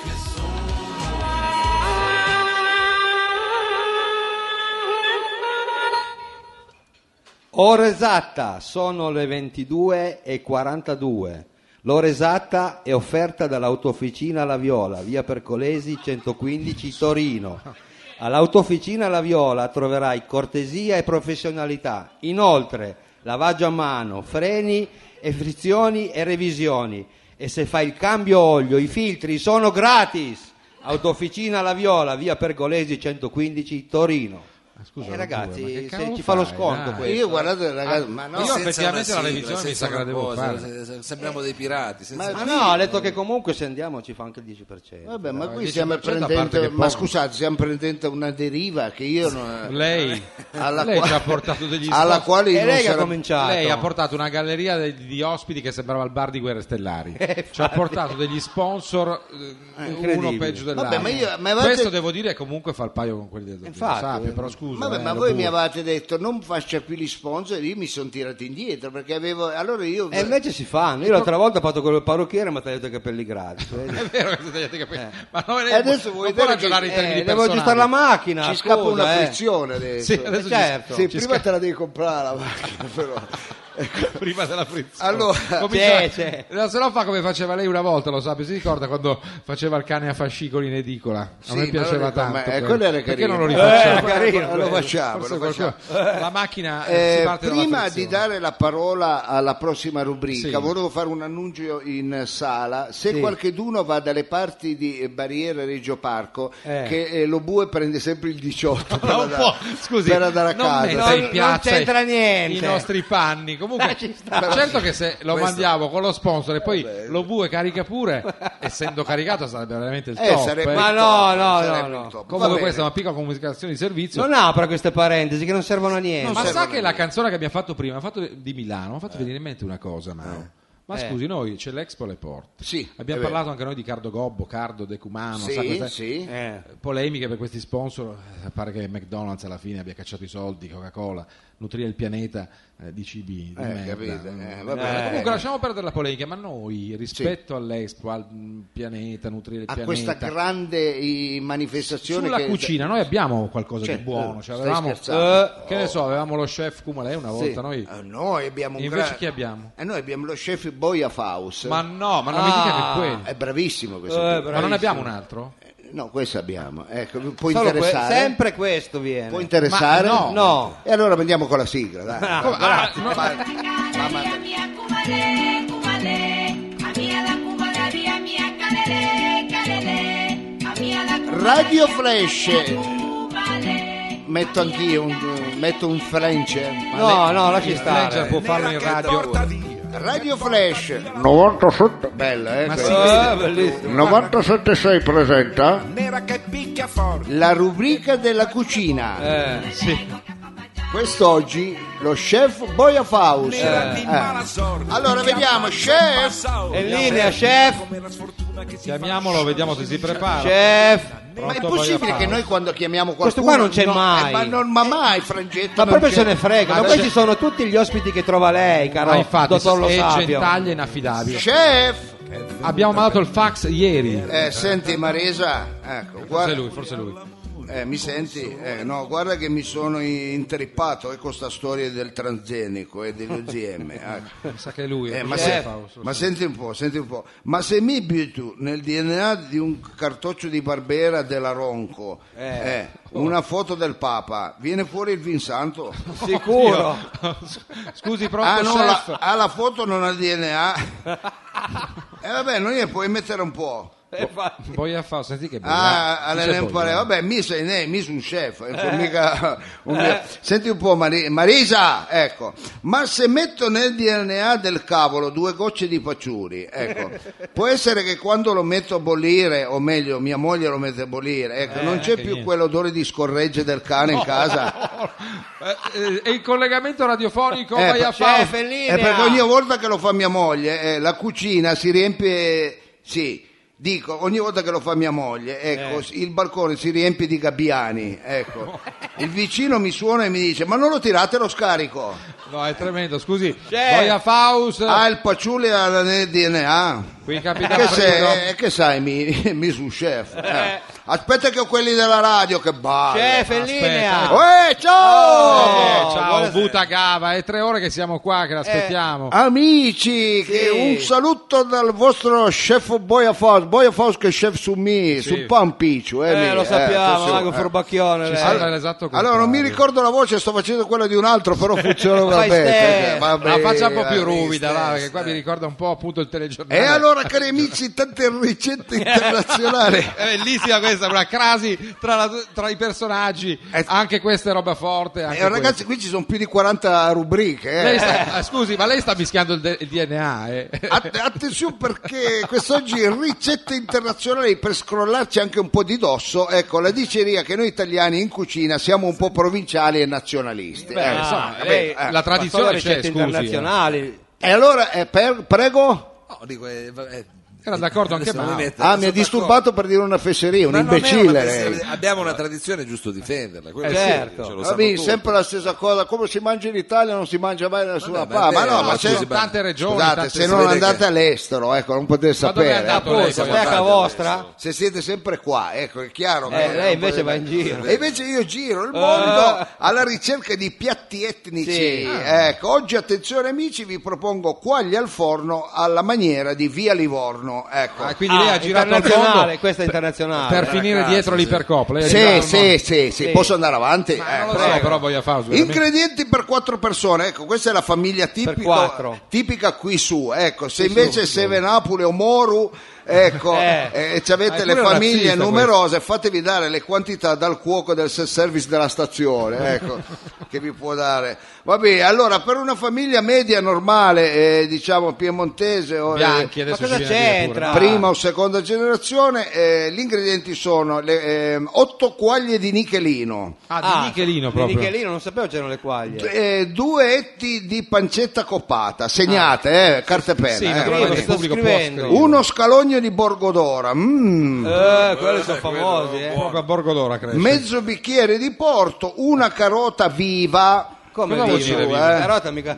Ora esatta, sono le 22:42. L'ora esatta è offerta dall'Autofficina La Viola, via Percolesi 115 Torino. All'Autofficina La Viola troverai cortesia e professionalità. Inoltre, lavaggio a mano, freni e frizioni e revisioni. E se fai il cambio olio, i filtri sono gratis. Autofficina La Viola, via Pergolesi 115 Torino. Scusa, ragazzi, ma che se cavolo ci fa lo fai, sconto dai? questo. Io guardate ragazzi, ma no, io Senza effettivamente una la sigla, revisione mi senza sa che la una devo cosa, fare. sembriamo dei pirati. senza- Ma no, ha detto che comunque se andiamo ci fa anche il 10%. vabbè, ma qui 10% stiamo a parte prendendo, che ma poco. scusate, stiamo prendendo una deriva che io non, Lei, alla lei qua- ci ha portato degli alla sponsor. quale È non lei che ha sarà- cominciato. Lei ha portato una galleria di ospiti che sembrava il bar di Guerre Stellari. Ci ha portato degli sponsor, uno Incredibile. peggio dell'altro. Vabbè, ma io- ma Questo avete- devo dire comunque fa il paio con quelli del Infatti, Sapio, però scusi. scusa. Ma lo voi bue. mi avevate detto non faccia più gli sponsor, io mi sono tirato indietro perché avevo. Allora io. E invece si fanno. Io l'altra volta ho fatto con il parrucchiere e mi ha tagliato i capelli gratis. vedi? È vero che si tagliate i capelli. Ma non, E adesso vuoi non può vedere ragionare in termini devo personali. aggiustare la macchina. Ci scappa scusa, una frizione adesso. Sì, adesso certo. Sì, ci prima te la devi comprare la macchina, però. prima della frizione. Allora, c'è. No, se no fa come faceva lei una volta, lo sa, si ricorda quando faceva il cane a fascicoli in edicola? A Sì, me ma piaceva lo tanto. ricordo, quello era Perché carino. non lo rifacciamo? carino, lo facciamo. Forse Lo facciamo. qualcuno- la macchina si parte dalla Prima di frizione. dare la parola alla prossima rubrica, Sì. volevo fare un annuncio in sala. Se Sì. qualcheduno va dalle parti di Barriere Reggio Parco, Eh. che lo bue prende sempre il 18 per Non andare- può, scusi, per andare a non casa. metta Non- in piazza non c'entra niente. i nostri panni. Comunque, Ci sta. certo che se lo Questo- mandiamo con lo sponsor e poi lo bue carica pure, essendo caricato sarebbe veramente il top. Sarebbe Ma il no, top, no, sarebbe no, il no. top. Va Comunque bene. questa è una piccola comunicazione di servizio. Non apra queste parentesi che non servono a niente. Ma serve sa a che niente. la canzone che abbiamo fatto prima, di Milano, mi ha fatto venire in mente una cosa, Mao. Ma scusi, noi c'è l'Expo alle porte. Sì, Abbiamo è vero. parlato anche noi di Cardo Gobbo, Cardo Decumano, sa Sì, queste sì. polemiche per questi sponsor. Pare che McDonald's alla fine abbia cacciato i soldi, Coca-Cola, nutrire il pianeta di cibi di merda. capito, va bene. Comunque lasciamo perdere la polemica, ma noi rispetto all'Expo, al pianeta, nutrire il A pianeta, questa grande manifestazione sulla che cucina noi abbiamo qualcosa Cioè, di buono, cioè, stai avevamo, scherzando? che ne so, avevamo lo chef Kumalè una volta, Sì. noi Noi abbiamo un invece gran- chi abbiamo? Noi abbiamo lo chef Boia Faust. Ma no, ma non mi dica che quello. È bravissimo questo. Eh, tipo. Ma non ne abbiamo un altro? No, questo abbiamo. Ecco, può Solo interessare. sempre questo viene. Può interessare? Ma no. No. E allora andiamo con la sigla, dai. Come- ah, no. Radio Flash. Metto anch'io metto un French. No, no, lasci Flanger stare. può farlo in radio. Radio Flash 97. Bella, Ma questa. sì, Bellissimo. 97.6 presenta la rubrica della cucina. sì. Quest'oggi lo chef Boia Faust. Allora vediamo, chef. È in linea, chef. Chiamiamolo, vediamo se si prepara. Chef. Ma è Pronto, possibile Boia che Faust? noi quando chiamiamo Questo qualcuno qua non c'è mai. ma mai Frangetta Ma non proprio c'è. se ne frega. Ma Ma questi sono tutti gli ospiti che trova lei, caro Ah, infatti, dottor Lo è Sapio. gentaglia inaffidabile. Chef. Abbiamo mandato il fax ieri. Senti Marisa, ecco, guarda, Forse lui. mi senti? No, guarda che mi sono intrippato con sta storia del transgenico e dello GM. Ecco. Mi sa che è lui. Ma, Boia se- Faust. ma senti un po', ma se mi tu nel DNA di un cartoccio di Barbera della Ronco una foto del Papa, viene fuori il Vinsanto? Sicuro. Scusi, pronto, Ah no, chef? la foto non ha DNA. E vabbè, non ne puoi mettere un po'. Boia Faust, senti che bello. Vabbè, mi sei un chef, mica Senti un po', Marisa, ecco, ma se metto nel DNA del cavolo 2 gocce di paciuri, ecco, può essere che quando lo metto a bollire, o meglio, mia moglie lo mette a bollire, ecco, non c'è che più niente. quell'odore di scorregge del cane in casa. E il collegamento radiofonico Boia Chef, Faust. è in È linea. perché ogni volta che lo fa mia moglie, la cucina si riempie, sì. Dico, ogni volta che lo fa mia moglie, ecco, il balcone si riempie di gabbiani, ecco. Il vicino mi suona e mi dice, ma non lo tirate lo scarico? No, è tremendo, scusi. Boia Faust. Ah, il paciulli ha nel DNA. Qui capita Che sai, mi su chef. Aspetta che ho quelli della radio, che balle. Chef, è in Aspetta. linea. Ciao! ciao, Butagava, è 3 ore che siamo qua, che l'aspettiamo. Amici, che un saluto dal vostro chef Boia Faust che è chef su me, sul pan picciu. Lo sappiamo, sì, ma che furbacchione. Ci lei. sembra l'esatto contrario. Allora, non mi ricordo la voce, sto facendo quella di un altro, però funziona Fai bene. ste. La faccia un po' più vabbè, ruvida, va, perché ste. qua mi ricorda un po' appunto il telegiornale. E allora, cari amici, tante ricette internazionali. È bellissima questa, una crasi tra i personaggi. Anche questa è roba forte. Anche Ragazzi, qui ci sono più di 40 rubriche. Lei scusi, ma lei sta mischiando il DNA? Attenzione, perché quest'oggi ricette internazionali per scrollarci anche un po' di dosso. Ecco, la diceria che noi italiani in cucina siamo un po' provinciali e nazionalisti. Beh, insomma, lei- la tradizione Ma sono c'è, ricette scusi. internazionali. E allora, prego? No, dico, Era d'accordo anche Adesso mi Mao. mette- Ah, mi ha sono disturbato per dire una fesseria, un d'accordo. Ma non è imbecille. una lei. fesseria, abbiamo una tradizione, è giusto difenderla. quello certo. sì, ce lo Va sanno bene, tutti. sempre la stessa cosa, come si mangia in Italia non si mangia mai da nessuna Vabbè, parte. Ma vero, no, ma ma se, ci Ci sono tante regioni, scusate, tante se non vede andate che- all'estero, ecco, non potete Ma dove è sapere. andato lei? Siamo Lei a casa andati vostra? Se siete sempre qua, ecco, è chiaro che lei non invece potete- va in giro. E invece io giro il mondo alla ricerca di piatti etnici. Sì. Ecco, oggi attenzione amici, vi propongo quaglie al forno alla maniera di Via Livorno. Ecco. Ah, quindi lei ha girato al internazionale, mondo questa è internazionale. per finire casa, dietro sì. l'Ipercop. Lei ha girato al mondo. Sì, posso andare avanti? Non lo Prego. so, però voglio fare veramente. Ingredienti per 4 persone, ecco, questa è la famiglia quattro. tipica qui su, ecco, se invece Seve Napoli o Moru, ecco, ci avete È le pure famiglie razzista numerose, fatevi dare le quantità dal cuoco del self-service della stazione, ecco, che vi può dare. Vabbè, allora, per una famiglia media normale, diciamo piemontese o Bianchi, Ma adesso cosa ci viene a dire c'entra? pure. prima o seconda generazione, gli ingredienti sono 8 quaglie di nichelino, Ah, di Nichelino di proprio. Nichelino, non sapevo c'erano le quaglie. 2 etti di pancetta coppata, segnate, carta e penna. Sì, eh, naturalmente quindi. il pubblico può scrivendo. scrivere. Uno scalogno di Borgodora, Quelli sono famosi, Proprio a Borgodora, credo. mezzo bicchiere di porto, una carota viva, Come Cosa vuol vivo? dire vivo? La carota mica...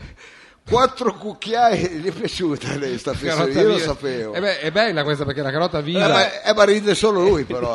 4 cucchiai, gli è piaciuta lei sta Carota fesseria, io lo viva. sapevo. È bella questa perché la carota viva. Ma ride solo lui però.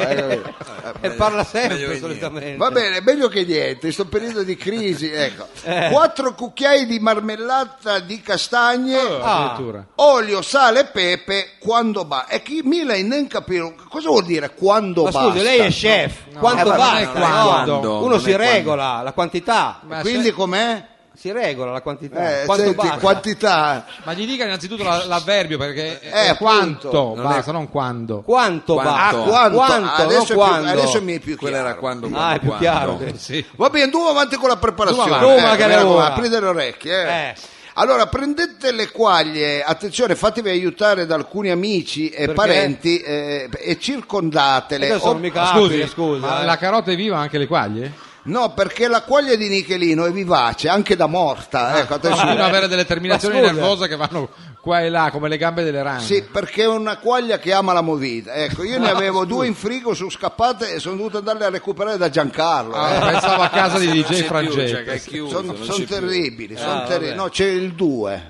E parla sempre meglio che solitamente. Va bene, meglio che niente, in questo periodo di crisi, ecco. 4 cucchiai di marmellata di castagne, Addirittura. olio, sale e pepe quando basta. E chi Mila non capire cosa vuol dire quando Ma basta. scusi, lei è chef, quanto ma non è basta? quando. No? Uno Non si è quando. regola, la quantità, Ma Quindi se- com'è? si regola la quantità, quanto Senti, basta? quantità. ma gli dica innanzitutto l'avverbio perché appunto. quanto Non basta, non quando. Quanto Quanto? basta? Quanto? Quanto, Adesso, non è più, quando. adesso mi è più Quella chiaro. era quando. Ah, è più quando. chiaro. Sì. Va bene, andiamo avanti con la preparazione. Andiamo avanti. Che mi è raccomando, ora. aprite le orecchie. Allora, prendete le quaglie, attenzione, fatevi aiutare da alcuni amici e Perché? parenti e circondatele. Io sono O- mica Scusi, abile, scusa. ma la carota è viva anche le quaglie? No, perché la quaglia di nichelino è vivace, anche da morta. Ecco, Continuano ad attenzione. avere delle terminazioni Ma scusa. nervose che vanno qua e là come le gambe delle rane. Sì, perché è una quaglia che ama la movida. Ecco, io ne avevo 2 in frigo, sono scappate e sono dovuto andarle a recuperare da Giancarlo. Pensavo a casa di Non DJ c'è più, cioè, Frangetta. che è chiuso, Sono non c'è più. terribili, vabbè. no, c'è il 2.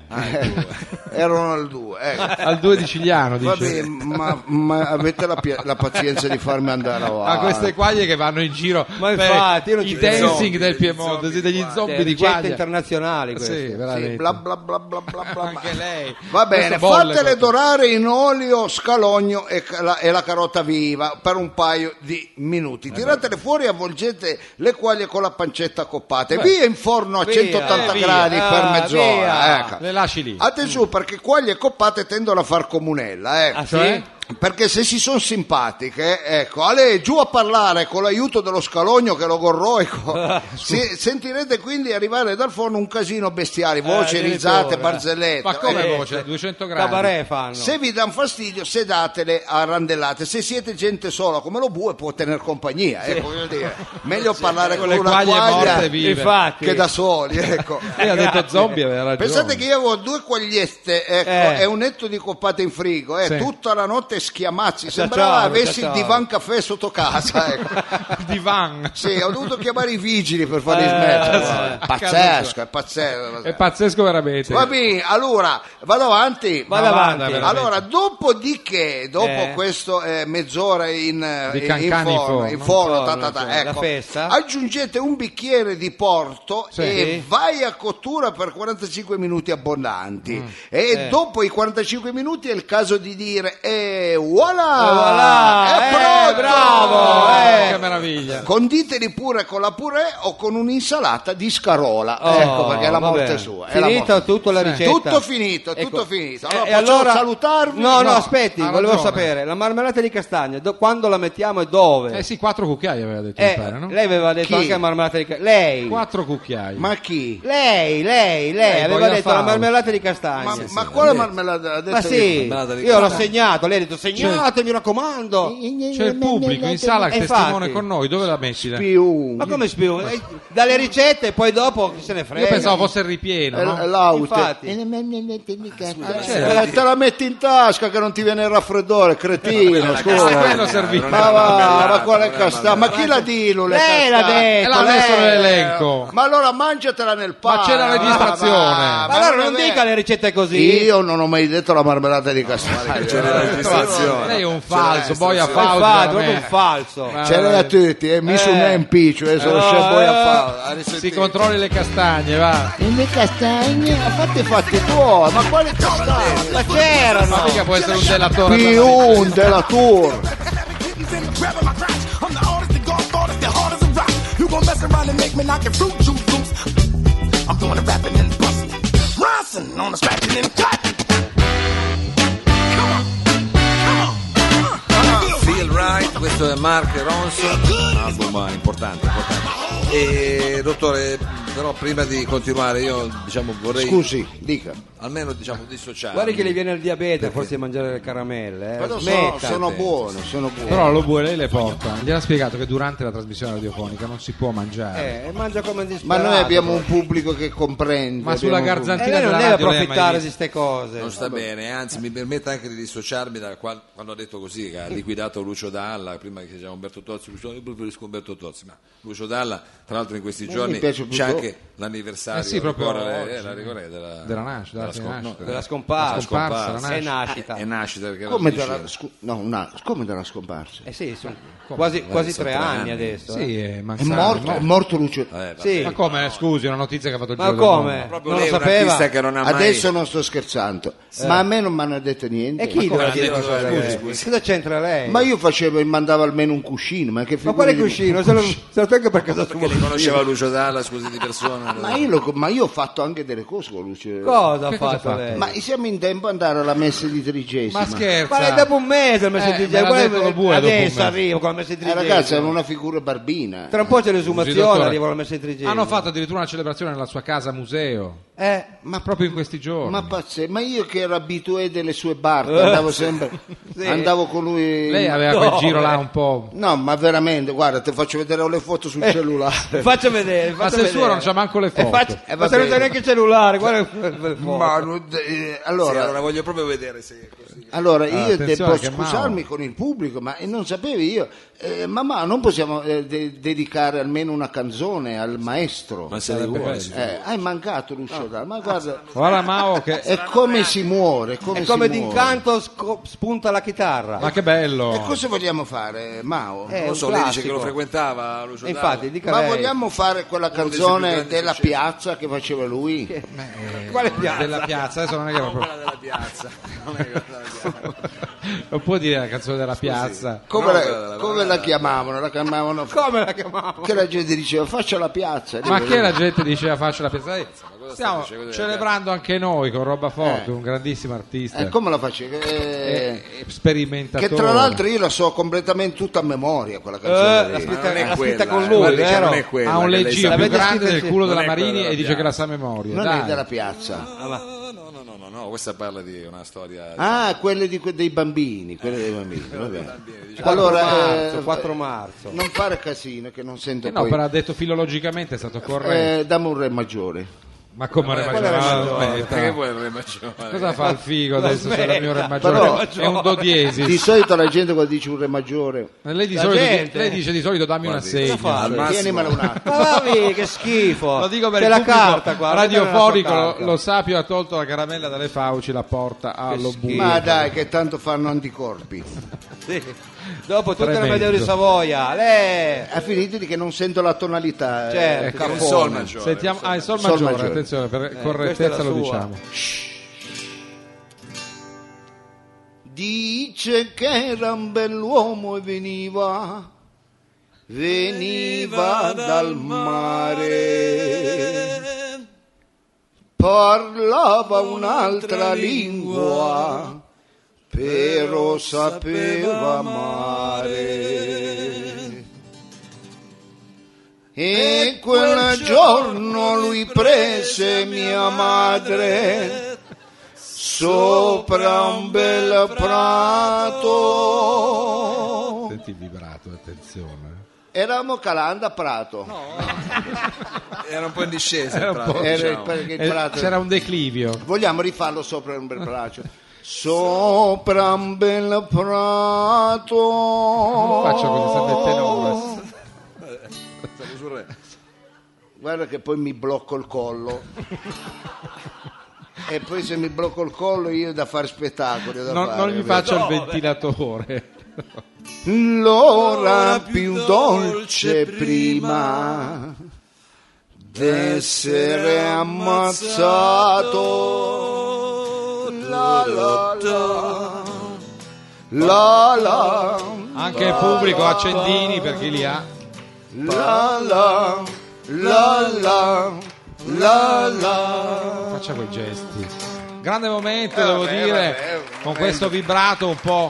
Erano al 2. Al 2 di Cigliano, dice. Vabbè, ma avete la pazienza di farmi andare avanti. A queste quaglie che vanno in giro Ma per infatti, io non i ci dancing zombie, del degli Piemonte, zombie sì, degli di zombie Le di ricette quaglia. internazionali queste. Sì, veramente. Sì, bla bla bla bla bla bla. Anche lei. Va bene, Questo bolle fatele proprio. dorare in olio, scalogno e la carota viva per un paio di minuti. Tiratele fuori e avvolgete le quaglie con la pancetta accoppate. Via in forno a Via, 180 via. gradi per mezz'ora. Via. Ecco. Le lasci lì. Attenzione, perché quaglie coppate tendono a far comunella. Ah, Cioè? Perché se si sono simpatiche, ecco, a lei giù a parlare con l'aiuto dello scalogno che lo gorroico, sentirete quindi arrivare dal forno un casino bestiale, voci, addirittura. risate, barzellette. Ma come Eh, voce? 200 gradi. Cabaret fanno. se vi danno fastidio, sedatele a randellate. Se siete gente sola come lo bue, può tener compagnia. Ecco, voglio dire, meglio parlare Con con le una quaglie morte quaglia e vive. Infatti. che da soli. Ecco. Lei ha detto zombie, aveva ragione. Pensate che io avevo 2 quagliette e un etto di coppate in frigo, Sì. tutta la notte schiamazzi, sembrava ciao, avessi ciao. il divan caffè sotto casa. Ecco. Divan. Sì, ho dovuto chiamare i vigili per farli smettere. Pazzesco, è pazzesco. È pazzesco veramente. Va bene, allora vado avanti. Vado avanti. veramente. Allora, dopodiché, dopo questo mezz'ora in Di cancani in forno, In forno, ta, cioè, ecco, la festa. aggiungete un bicchiere di porto Sì. e vai a cottura per 45 minuti abbondanti. E dopo i 45 minuti è il caso di dire voilà! voilà, È pronto! bravo, Che meraviglia. Conditeli pure con la purè o con un'insalata di scarola. Ecco, perché la vabbè. morte sua. è la Finita morte. tutta la ricetta. Tutto finito, Ecco. tutto finito. E Allora, posso salutarvi? No, No, aspetti, ha volevo ragione. sapere, la marmellata di castagne, quando la mettiamo e dove? Eh sì, 4 cucchiai aveva detto, mi pare, no? Lei aveva detto Chi? anche la marmellata di castagne. Lei. 4 cucchiai. Ma chi? Lei aveva voglia detto la Faust. marmellata di castagne. Ma quale marmellata? Ha detto Ma sì, marmellata di io l'ho castagne. segnato, lei ha detto segnate, mi raccomando. C'è il pubblico in sala, infatti. testimone con noi, dove la metti? Più. Ma come spiego? Dalle ricette e poi dopo chi se ne frega. Io pensavo fosse il ripieno, no? L'auto. Infatti. Te la metti in tasca che non ti viene il raffreddore, cretino, scusa. quello serviva. Ma quale castagna? Ma chi la dillo le Lei l'ha castagne? E l'ha messo nell'elenco. Ma allora mangiatela nel pane. Ma c'è la registrazione. Ma allora non dica le ricette così. Io non ho mai detto la marmellata di castagne. C'è la registrazione. Lei è un falso, boia Infatti, falso. proprio un falso. Ce l'hai a tutti, mi su MP, cioè sono scemo a Si controlli le castagne, va. le castagne, fatti tuoi, ma quali castagne? Ma c'erano. Ma mica può essere un delatore. Più un della tour. I'm the hardest to go, hardest, the hardest to rock. You gon' mess around and make me knock your fruit juice loose. I'm doing the rapping and busting. Rising on the scratching and cutting. Feel Right, questo è Mark Ronson, un album importante. E dottore, però prima di continuare io vorrei Scusi, dica. almeno dissociarmi. Guardi che le viene il diabete, forse di mangiare le caramelle. Però Smetta. sono buone. Però lo bue lei le porta. Gli ha spiegato che durante la trasmissione radiofonica non si può mangiare. Mangia come un Ma disperato. noi abbiamo un pubblico che comprende. Ma sulla abbiamo un garzantina lei non della deve radio lei ha mai approfittare di visto? queste cose. Non sta bene, anzi mi permette anche di dissociarmi da quando ha detto così, che ha liquidato Lucio Dalla, prima che si chiama Umberto Tozzi, io preferisco Umberto Tozzi, ma Lucio Dalla tra l'altro in questi giorni piace più c'è to- anche l'anniversario sì, proprio della nascita, Della scomparsa. scomparsa, la E nascita. è nascita perché Come era come della scomparsa? Sì, sono quasi sono 3 3 anni anni. adesso. Sì, è È Manzano. morto Lucio. Sì. Ma come? Scusi, una notizia che ha fatto il Ma giro del come? mondo. proprio Non lei lo è un artista sapeva? che non ha mai Adesso non sto scherzando, ma a me non mi hanno detto niente. E chi doveva come dire ha detto? cosa lei? Cosa c'entra lei? Ma io facevo e mandavo almeno un cuscino, ma che Ma quale figuri- cuscino? Se lo tengo per casa perché sua. li conosceva Lucio Dalla, scusi, di persona. Ma io ho fatto anche delle cose con Lucio. Cosa ha Che cosa ha fatto fatto? lei? Ma siamo in tempo ad andare alla messa di Trigesima. Ma scherza. Ma è dopo un mese il mese di me l'ha detto lo bue dopo un adesso mese. arrivo con la messa di Ragazzi, era una figura barbina. Tra un po' c'è Scusi, l'esumazione, dottore. arrivo alla messa di Trigesi. Hanno fatto addirittura una celebrazione nella sua casa museo. Ma Proprio in questi giorni. Ma pazzesco, ma io che ero abitué delle sue barche, andavo sempre, Sì. andavo con lui. Lei aveva quel giro là un po'. No, ma veramente, guarda, ti faccio vedere le foto sul cellulare. Faccio vedere. Ma se il suo non c'ha manco le foto. Ma se non c'è neanche il cellulare, guarda il Ma Allora voglio proprio vedere se è così. allora io attenzione devo che scusarmi con il pubblico, ma non sapevo io. Mamma, non possiamo dedicare almeno una canzone al maestro? Ma se li vuole. Hai mancato Lucio Dalla, ma guarda, Guarda Mao che. è come si muore, come È come si muore. d'incanto spunta la chitarra. Ma che bello. E cosa vogliamo fare, Mao? È Non un so, lei dice che classico. lo frequentava Lucio E Dalla. infatti, dica Ma lei. vogliamo fare quella dei suoi più canzone grandi della successi. piazza che faceva lui? Quale piazza? Della piazza, adesso non è che Non proprio. quella della piazza. Non è quella della piazza. Non può dire la canzone della piazza. Come, No, la, quella- come la chiamavano? La chiamavano Come la chiamavo? che la gente diceva faccia la piazza. Ma che la gente diceva faccia la piazza? Stiamo sta dicendo? celebrando anche noi con Roba Forte, un grandissimo artista. Come la faceva? Sperimentatore. Che tra l'altro io la so completamente tutta a memoria quella canzone. l'ha lì. scritta- Non è l'ha scritta quella, con lui, guardi che vero? non è quella Ha un che lei leggio sa. più L'avete grande scritto del culo Non della è quella Marini della e dice che piazza. la sa a memoria. Non Dai. è della piazza. No, questa parla di una storia. Ah, quelle dei bambini, quelle dei bambini. va bene. 4 Allora, marzo, 4 marzo. non fare casino che non sento No, poi. però ha detto filologicamente è stato corretto. Dammi un re maggiore. Ma come re maggiore? Aspetta. Che vuoi il re maggiore? Cosa fa il figo adesso se il mio re Però- maggiore è un do Di diesis? solito la gente quando dice un re maggiore, Lei, di La solito, gente. lei dice di solito dammi una segna. Al massimo. tienimela un attimo. Ma va via, che schifo. Lo dico per C'è il la pubblico carta qua. radiofonico, guardate la sua lo Sapio ha tolto la caramella dalle fauci, la porta allo buio. Ma dai, che tanto fanno anticorpi. carta. Sì. Dopo tutte le Tremendo. medaglie di Savoia. Lei. Ha finito di che non sento la tonalità. Certo, Cafone. il sol maggiore. Sentiamo, il sol Sol maggiore, maggiore. attenzione, per questa è correttezza la lo sua. diciamo. Dice che era un bell'uomo e veniva dal mare, parlava un'altra lingua, però sapeva amare. E quel giorno lui prese mia madre sopra un bel prato senti il vibrato, attenzione. Eravamo calando a Prato. Era un po' in discesa il Era un Prato, po'- diciamo. Perché il Prato- C'era un declivio. Vogliamo rifarlo sopra un bel braccio? Sopra un bel prato. Non faccio così, sempre tenore. Siamo sul re. Guarda che poi mi blocco il collo. E poi se mi blocco il collo io ho da fare spettacoli. ho da fare, Non gli faccio il ventilatore. L'ora più dolce prima d'essere ammazzato. La la la. La la. Anche il pubblico accendini per chi li ha. La la. La la. La la. Faccia quei gesti. Grande momento, devo dire, vabbè, con questo vibrato un po'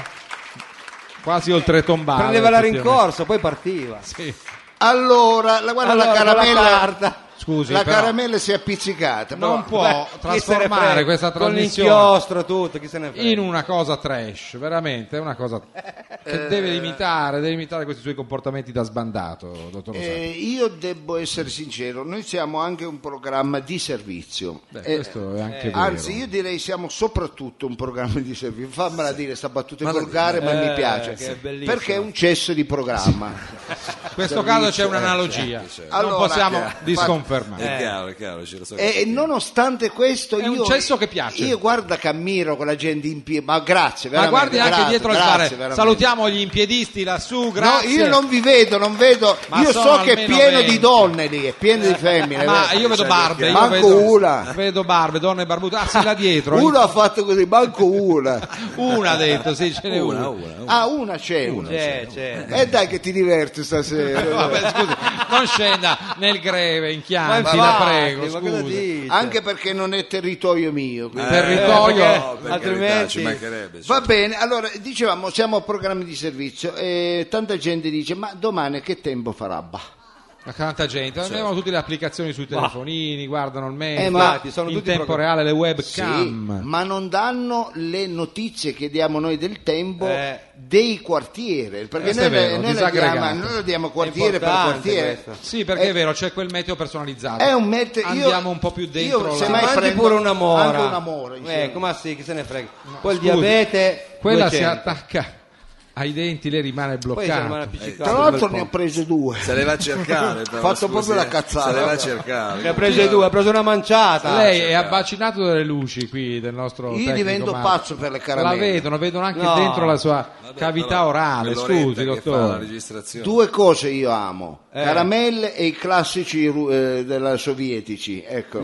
quasi oltretombale. Prendeva la effettivamente. rincorsa, poi partiva. Sì. Allora, guarda Allora, la con caramella. la carta. Scusi, La però caramella si è appiccicata. non però- può Chi se ne trasformare frega? questa con trasmissione l'inchiostro tutto, chi se ne frega. in una cosa trash, veramente, è una cosa che deve imitare questi suoi comportamenti da sbandato, dottor Lo Sapio. Io devo essere sincero, noi siamo anche un programma di servizio. Beh, questo è anche vero. Anzi, io direi siamo soprattutto un programma di servizio. Fammela dire, sta battuta è Ma la volgare, ma mi che piace. è bellissimo. Perché è un cesso di programma. In questo caso c'è un'analogia, Allora, non possiamo chiaro. disconfermare. È chiaro, ci lo so. E nonostante questo, È un io, cesso che piace. Io guarda che ammiro con la gente in piedi, ma grazie, Ma veramente, guardi anche grazie, dietro il grazie, fare. veramente. Salutiamo gli impiedisti lassù, grazie. No, io non vi vedo, non vedo. Ma Io sono so che è almeno pieno 20. di donne lì, è pieno di femmine. Ma vero? io vedo barbe, io Manco vedo, una. vedo barbe, donne barbute. Ah, sì, là dietro. Uno ha fatto così, manco una. Una ha detto, sì, ce n'è una. Ah, una c'è. Una. C'è. E dai che ti diverti stasera. Vabbè, scusi, non scenda nel greve, in Chianti, Ma la infatti, prego, ma cosa scusi. dice? Anche perché non è territorio mio. quindi- Territorio. No, per altrimenti- carità, ci mancherebbe. Va bene, allora dicevamo siamo a programmi di servizio e tanta gente dice ma domani che tempo farà? Bah. Ma tanta gente, abbiamo tutte le applicazioni sui telefonini, guardano il meteo, infatti, sono in tutti tempo programmi. reale le Sì, webcam. ma non danno le notizie che diamo noi del tempo dei quartieri, perché Questo è vero, noi disaggregato. lo diamo quartiere per importante quartiere. questo. Sì, perché è vero, c'è quel meteo personalizzato. È un meteo. Andiamo un po' più dentro. Io la- se mai Mangi prendo pure una mora. anche una mora. insieme. Ma sì, chi se ne frega. Poi il scusi, diabete, Quella 200. si attacca ai denti, lei rimane Poi si rimane bloccata. appiccicato. Tra l'altro ne ho prese due. Se le va a cercare, però, Fatto proprio scusi, la cazzata. Se le va a Vabbè. cercare. Ne ha prese due, ha preso una manciata. Lei è abbacinato dalle luci qui del nostro Io tecnico divento Marco. pazzo per le caramelle. La vedono anche No. dentro la sua cavità orale, Quell'oretta scusi che fa la dottore. registrazione. Due cose io amo, caramelle e i classici della sovietici, ecco.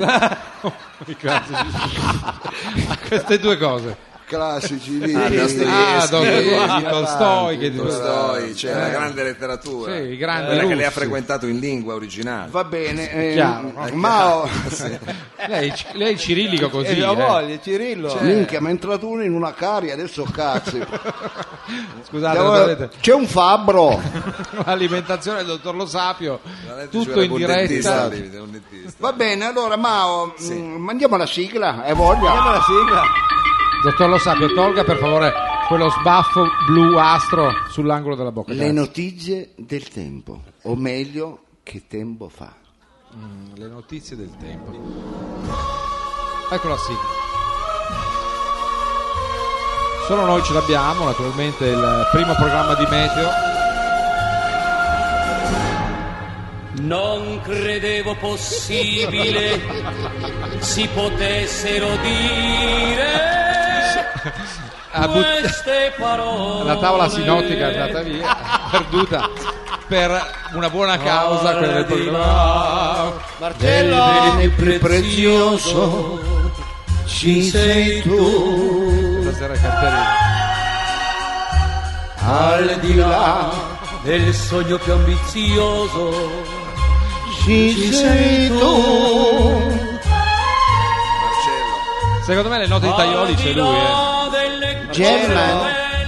I classici. Queste due cose. Classici Dostoevskij, Tolstoi, che Tolstoi, c'è la grande letteratura. Sì, i grandi quella che lei ha russi. frequentato in lingua originale. Va bene, Chiaro, no? Mao, lei è cirillico così. E la voglia, Cirillo. minchia, mi è entrato uno in una caria, adesso cazzi. Scusate, non avete C'è un fabbro. l'alimentazione del dottor Lo Sapio, Guardate, tutto c'era in un dentista, diretta. al limite, un dentista. Va bene, allora Mao, mandiamo la sigla, voglia. Andiamo alla sigla. Dottor Lo Sapio, tolga per favore quello sbaffo blu astro sull'angolo della bocca. Le Grazie. notizie del tempo, o meglio, che tempo fa. Le notizie del tempo. Ecco la sigla. Solo noi ce l'abbiamo, naturalmente il primo programma di meteo. Non credevo possibile si potessero dire queste parole. La tavola sinottica è andata via, perduta per una buona causa, quella del programma. Marcello, il più prezioso ci sei tu, Stasera canteremo. al di là Del sogno più ambizioso ci sei tu. Marcello. Secondo me le note di Taioli c'è lui, German,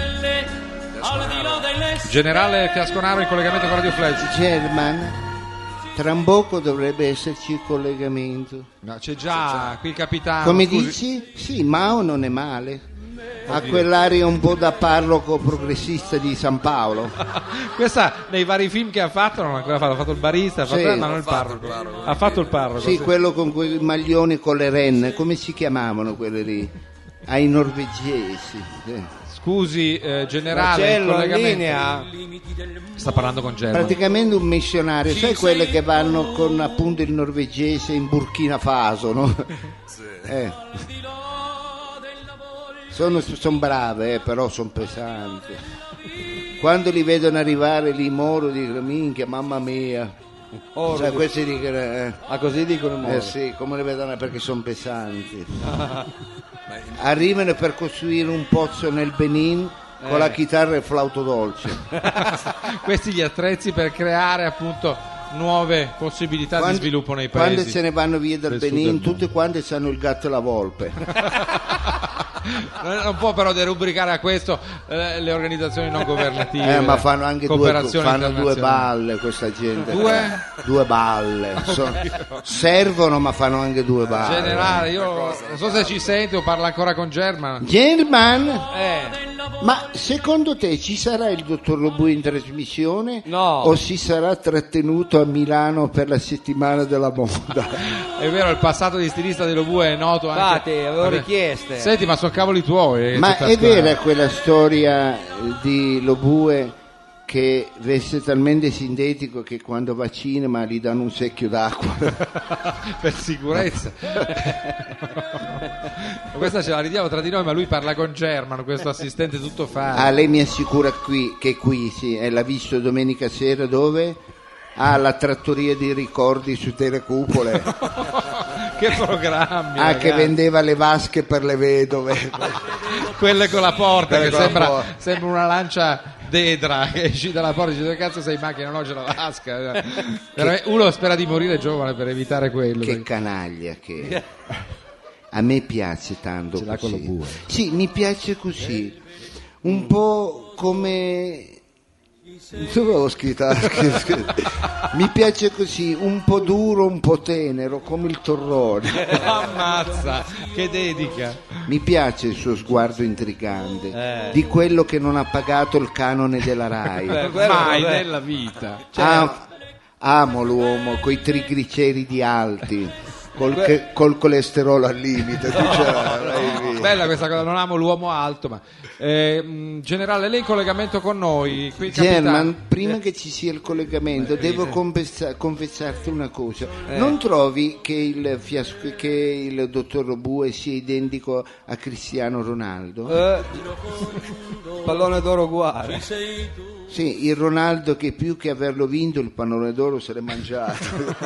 Generale Fiasconaro in collegamento con Radio Flash. German, tra un poco dovrebbe esserci il collegamento. No, c'è già qui il capitano. Come scusi. dici? Sì, Mao non è male. Ha quell'aria un po' da parroco progressista di San Paolo. Questa nei vari film che ha fatto non ha ancora fatto, ha fatto il barista, Sì. ma non il parroco. Ha fatto il parroco. Sì, sì. quello con quei maglioni con le renne, come si chiamavano quelli lì? Ai norvegesi. Sì. Scusi, generale, il Marcello in collegamento. linea. Sta parlando con German. Praticamente un missionario, sai quelle che vanno con appunto il norvegese in Burkina Faso, no? Sono brave, però sono pesanti. Quando li vedono arrivare lì in Moro dicono minchia, mamma mia. Sai, questi dicono così dicono in Moro. sì, come le vedono perché sono pesanti. Arrivano per costruire un pozzo nel Benin con la chitarra e il flauto dolce. Questi gli attrezzi per creare appunto nuove possibilità di sviluppo nei paesi. Quando se ne vanno via dal del sud Benin, del mondo. tutte quante sanno il gatto e la volpe. Non può però derubricare a questo le organizzazioni non governative. Ma fanno anche due internazionali. balle questa gente. Due balle. Servono ma fanno anche due balle. Generale, io non so se ci sente o parla ancora con German. German? Ma secondo te ci sarà il dottor Lobue in trasmissione? No. O si sarà trattenuto a Milano per la settimana della moda? È vero, il passato di stilista di Lobue è noto anche. Infatti, avevo richieste. Senti, ma sono cavoli tuoi. Ma è vera quella storia di Lobue che veste talmente sintetico che quando va a cinema gli danno un secchio d'acqua? Per sicurezza. Questa ce la ridiamo tra di noi, ma lui parla con German, questo assistente tutto fa. Lei mi assicura che qui sì, e l'ha visto domenica sera dove? La trattoria dei ricordi su Telecupole. Che programmi, che ragazzi. vendeva le vasche per le vedove. Quelle con la porta Quelle che con la porta. sembra una lancia d'edra che esci dalla porta e dici dove cazzo sei in macchina, no c'è la vasca. Veramente, uno spera di morire giovane per evitare quello. Che canaglia che è. A me piace tanto Ce l'ha con così. lo bue. Sì, mi piace così. Un po' come... Dove ho scritto? Mi piace così, un po' duro, un po' tenero, come il torrone. Ammazza, che dedica. Mi piace il suo sguardo intrigante, di quello che non ha pagato il canone della Rai. Mai nella vita. Amo l'uomo coi trigliceridi alti, col colesterolo al limite. Bella questa cosa, non amo l'uomo alto, ma generale, lei in collegamento con noi qui, German, prima che ci sia il collegamento devo confessarti una cosa. Non trovi che il dottor Lobue sia identico a Cristiano Ronaldo? Pallone d'oro uguale. Sì, il Ronaldo che più che averlo vinto il pallone d'oro se l'è mangiato.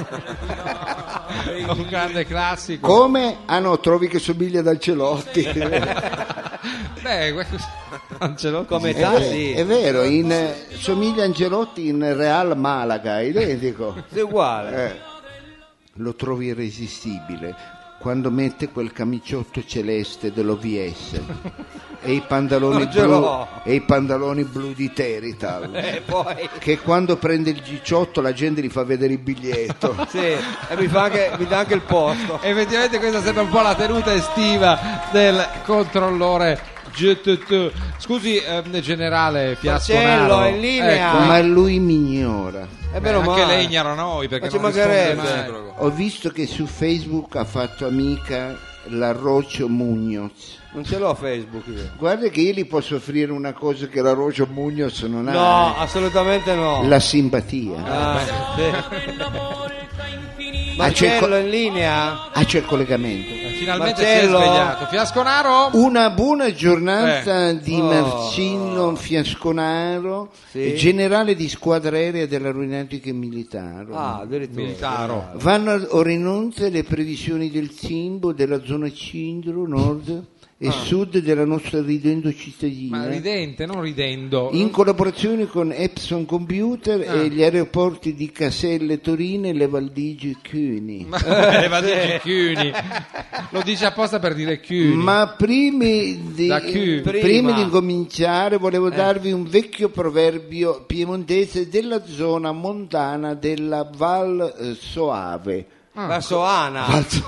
un grande classico. Come? No, trovi che somiglia ad Ancelotti. Beh, Ancelotti come È Tassi. è vero, somiglia a Ancelotti in Real Malaga, identico. È uguale. Lo trovi irresistibile quando mette quel camiciotto celeste dell'OVS e i pantaloni blu di Terital, Poi che quando prende il G8 la gente gli fa vedere il biglietto. sì, e mi dà anche il posto. Effettivamente questa sembra un po' la tenuta estiva del controllore GTT. Scusi, generale Fiasconaro. Marcello, è in linea. Ma lui mi ignora. Anche lei ignora noi perché Ma ci non risponde mancherebbe. mai. Ho visto che su Facebook ha fatto amica la Rocio Munoz. Non ce l'ho Facebook io. Guarda che io gli posso offrire una cosa che la Rocio Munoz non ha. No, assolutamente no. La simpatia. Marcello in linea. C'è il collegamento. Finalmente Marcello. si è svegliato. Fiasconaro? Una buona giornata di Marcillo Fiasconaro, generale di squadra aerea dell'aeronautica militare. Addirittura. Militaro. Vanno a rinunzia le previsioni del Simbo della zona centro, nord e sud della nostra ridendo cittadina. Ma ridente, non ridendo. In collaborazione con Epson Computer e gli aeroporti di Caselle, Torino e le Valdigi Chiuni. Le valigie Chiuni. Lo dice apposta per dire Chiuni. Ma prima di cominciare volevo darvi un vecchio proverbio piemontese della zona montana della Val Soave. verso Ana.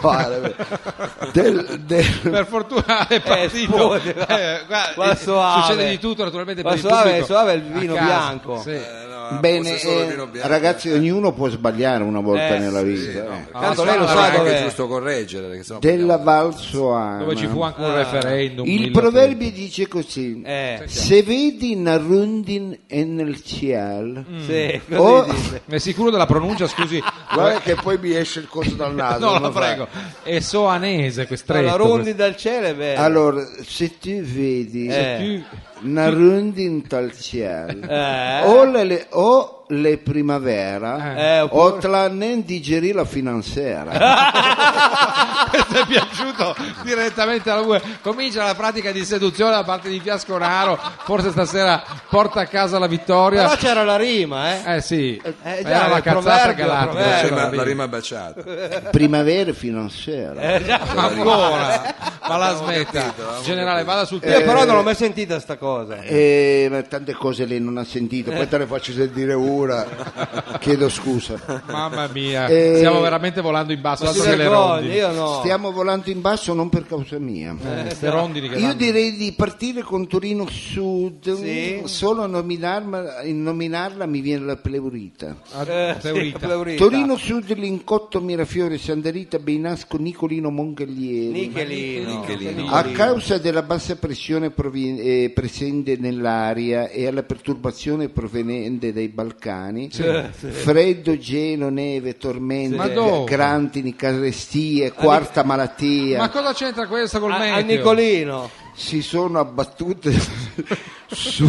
Per fortuna è partito. Succede di tutto naturalmente per il pubblico. Soave il vino bianco. Sì. Bene, ragazzi, ognuno può sbagliare una volta nella vita. Tanto lei lo sa è dov'è. giusto correggere, perché sennò Della Val Soana. Dove ci fu anche un referendum. Il proverbio dice così: se vedi una rondine nel cielo, Sì, o- così dice. È sicuro della pronuncia, scusi? guarda che poi mi esce il coso dal naso. No, non la lo fa. prego. È soanese questretto. La rundi dal cielo è bello. Allora, se tu vedi una rondine dal cielo, o le primavera, o te la non digeri la finanziaria. Questo è piaciuto direttamente alla UE. Comincia la pratica di seduzione da parte di Fiasconaro. Forse stasera porta a casa la vittoria. Però c'era la rima, Sì, già, era una il cazzata proverbio, galattica. c'è la rima baciata. Primavera finanziaria. Ancora, ma la smetta, generale, vada sul Io però non l'ho mai sentita sta cosa. Ma tante cose lei non ha sentito, poi te ne faccio sentire una. Chiedo scusa. Mamma mia, stiamo veramente volando in basso. Altro che le rondini. Io no. Stiamo volando in basso non per causa mia. Queste rondini che Io vanno. direi di partire con Torino Sud. Sì. Solo a nominarla mi viene la pleurita. Pleurita. Torino Sud, Lincotto, Mirafiore, Sandarita, Beinasco, Nicolino, Mongallieri. Nichelino. A causa della bassa pressione presente nell'aria e alla perturbazione proveniente dai Balcani, freddo, gelo, neve, tormenti, Ma dove? grandini, carestie, quarta malattia, Ma cosa c'entra questo col A meteo? Nicolino. si sono abbattute su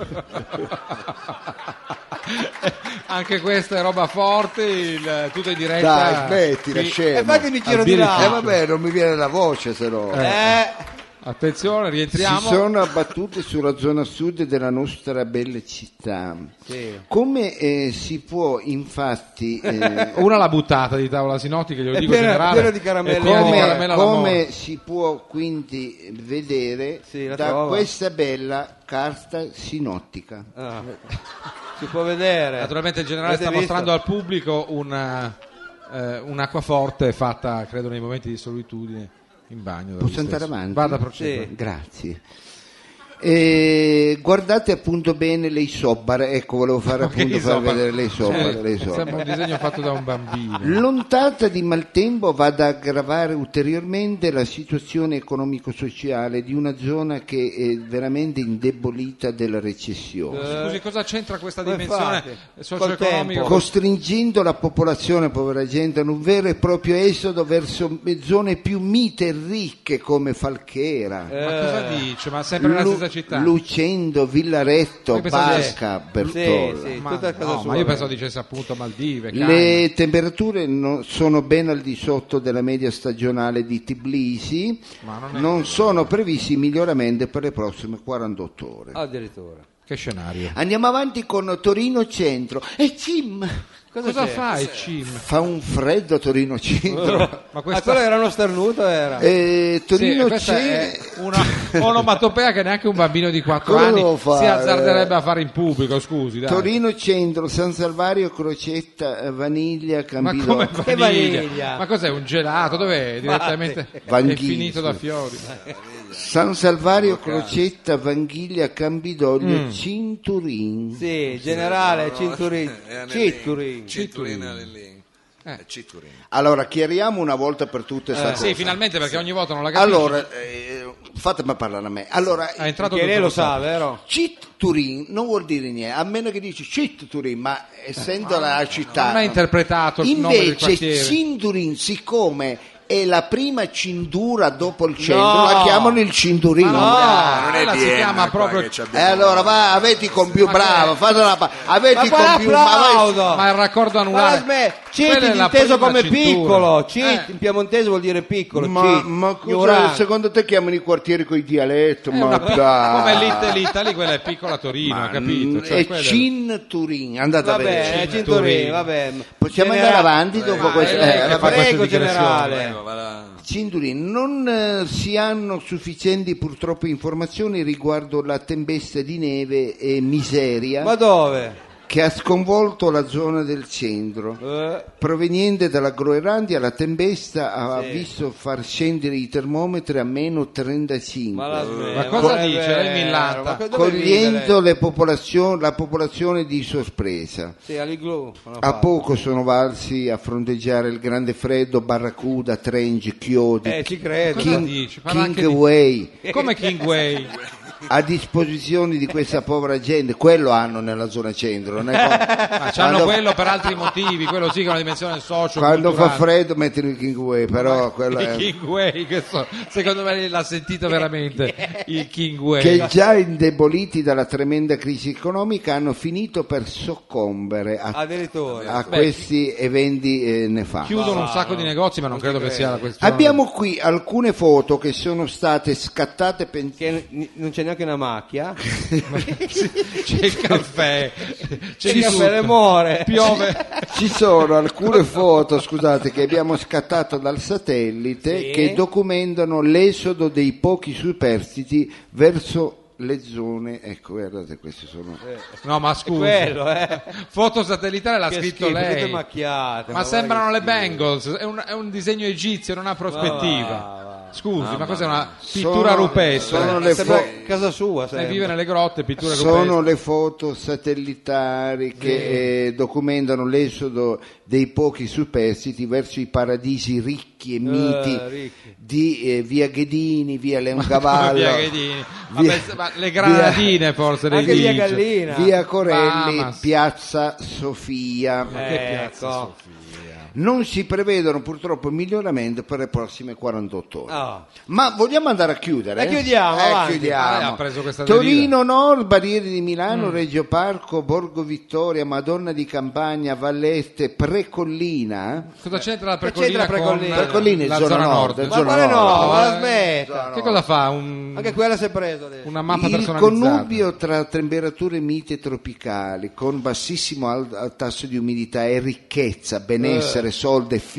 Anche questa è roba forte, tutto in diretta. dai, smettila, Qui- scemo. Fatemi giro di Al là. Vabbè, non mi viene la voce, se no. Attenzione, Si rientriamo. sono abbattute sulla zona sud della nostra bella città. Come si può infatti Una l'ha buttata di tavola sinottica, glielo È dico piena- generale. piena di caramelle. È piena di come, caramella alla come mora. si può quindi vedere Sì, la da trova. questa bella carta sinottica? Si può vedere. Naturalmente il generale Avete sta visto? mostrando al pubblico un acquaforte fatta, credo, nei momenti di solitudine in bagno. da lui Posso andare stesso. avanti? Vada, proceda. Sì. Grazie. Guardate appunto bene le isobare, ecco, volevo fare appunto far isobare? vedere le isobare, le isobare. Sembra un disegno fatto da un bambino. L'ondata di maltempo va ad aggravare ulteriormente la situazione economico-sociale di una zona che è veramente indebolita dalla recessione, Scusi, cosa c'entra questa Ma dimensione infatti, socio-economica? costringendo la popolazione, povera gente, ad un vero e proprio esodo verso zone più mite e ricche come Falchera, Ma cosa dice? Ma sempre nella stessa città? Lucendo, Villaretto, Io pensavo Barca, Bertolla. Sì, Ma, tutta casa no, sua. ma io pensavo dicesse appunto Maldive, Cannes. Le temperature sono ben al di sotto della media stagionale di Tbilisi, non sono previsti miglioramenti per le prossime 48 ore. Addirittura. Che scenario? Andiamo avanti con Torino Centro. E Cim, Cosa fai, Cim? fa un freddo a Torino Centro. Ma Ma questa, quello era uno starnuto, era. Torino questa è Centro. una onomatopea che neanche un bambino di 4 Cosa anni devo fare? si azzarderebbe a fare in pubblico, scusi. Dai. Torino Centro, San Salvario, Crocetta, Vaniglia, Ma Campidoglio. come Che vaniglia? vaniglia? Ma cos'è, un gelato? Dov'è? Direttamente è Vanghilli, finito da sì. fiori. San Salvario, Crocetta, Vanghiglia, Campidoglio, Cinturin. Sì, generale, Cinturin. Cinturin. Cinturina lì. Cinturina. Allora, chiariamo una volta per tutte sta cosa. Sì, finalmente, perché ogni volta non la capisci. Allora, fatemi parlare a me. Allora, è entrato Che tutto lei lo lo sa, vero? Turin non vuol dire niente, a meno che dici Turin, ma essendo la città. Non ha interpretato il nome del Invece quartiere. Cinturin, siccome è la prima cintura dopo il centro, No. la chiamano il cinturino. non è quella si Vienna chiama qua proprio. che E c'abbiamo. allora va, avete con più bravo, fatela avete Ma con più applaudo! Ma il raccordo Ma anulare. Cheat Quella è la inteso prima come cintura. piccolo. Cheat in piemontese vuol dire piccolo. Ma, cheat. ma cosa, Ignorante. secondo te chiamano i quartieri con i dialetti? Ma Come dai. Little Italy, quella è piccola Torino, capito? Cioè, è quella- Cinturin, andate a Vabbè, vedere. Cinturin, vabbè. Possiamo andare avanti dopo questo? lei che fa queste Prego, dichiarazioni. generale. Cinturin, non si hanno sufficienti purtroppo informazioni riguardo la tempesta di neve e miseria Ma dove? che ha sconvolto la zona del centro. Proveniente dalla Groenlandia, la tempesta ha visto far scendere i termometri a meno 35. Ma cosa dice? Lei millanta. Cogliendo la popolazione di sorpresa. Sì, all'igloo. A poco sono valsi a fronteggiare il grande freddo, barracuda, trench, chiodi, Ci credo. Cosa dici? Parla anche King di- Way. Come King Way? A disposizione di questa povera gente, quello hanno nella zona centro, non è Ma c'hanno quello per altri motivi, quello sì che è una dimensione socio. quando fa freddo mettono il King Way, però quello il è... King Way, secondo me l'ha sentito veramente il King Way. che già indeboliti dalla tremenda crisi economica hanno finito per soccombere Addirittura. a questi eventi nefasti. Chiudono un sacco di negozi, ma non credo che sia la questione. Abbiamo qui alcune foto che sono state scattate Che non c'è neanche una macchia. C'è il caffè, c'è di il caffè, tutto. le more. Piove. Ci sono alcune foto, scusate, che abbiamo scattato dal satellite che documentano l'esodo dei pochi superstiti verso le zone, ecco, guardate, queste sono No, ma scusa. Quello, Foto satellitare l'ha Che scritto schifo, tutte lei. macchiate. Ma sembrano le Bengals, è un disegno egizio, non ha prospettiva. Scusi, ma cos'è una pittura rupestre? sono le Sembra casa sua. Lei vive nelle grotte, pitture sono rupestri. le foto satellitari che documentano l'esodo dei pochi superstiti verso i paradisi ricchi e miti di via Ghedini, via Leoncavallo, Via Ghedini. Vabbè, ma le granadine forse dei Anche via dice. Gallina. via Corelli, Bahamas. piazza Sofia. Che piazza Ecco. Non si prevedono purtroppo miglioramenti per le prossime 48 ore. Ah. Ma vogliamo andare a chiudere? Chiudiamo, avanti. chiudiamo. Lei ha preso questa Torino Nord, Barriere di Milano, Reggio Parco, Borgo Vittoria, Madonna di Campagna, Valleste, Precollina. Cosa c'entra la Che Precollina c'entra con Precollina? Precollina è la zona nord, nord? è Ma zona quale no? nord. Ma la smetta. Che cosa fa? Anche quella si è preso adesso. Una mappa Il personalizzata. connubio tra temperature mite e tropicali con bassissimo tasso di umidità e ricchezza, benessere, soldi e figa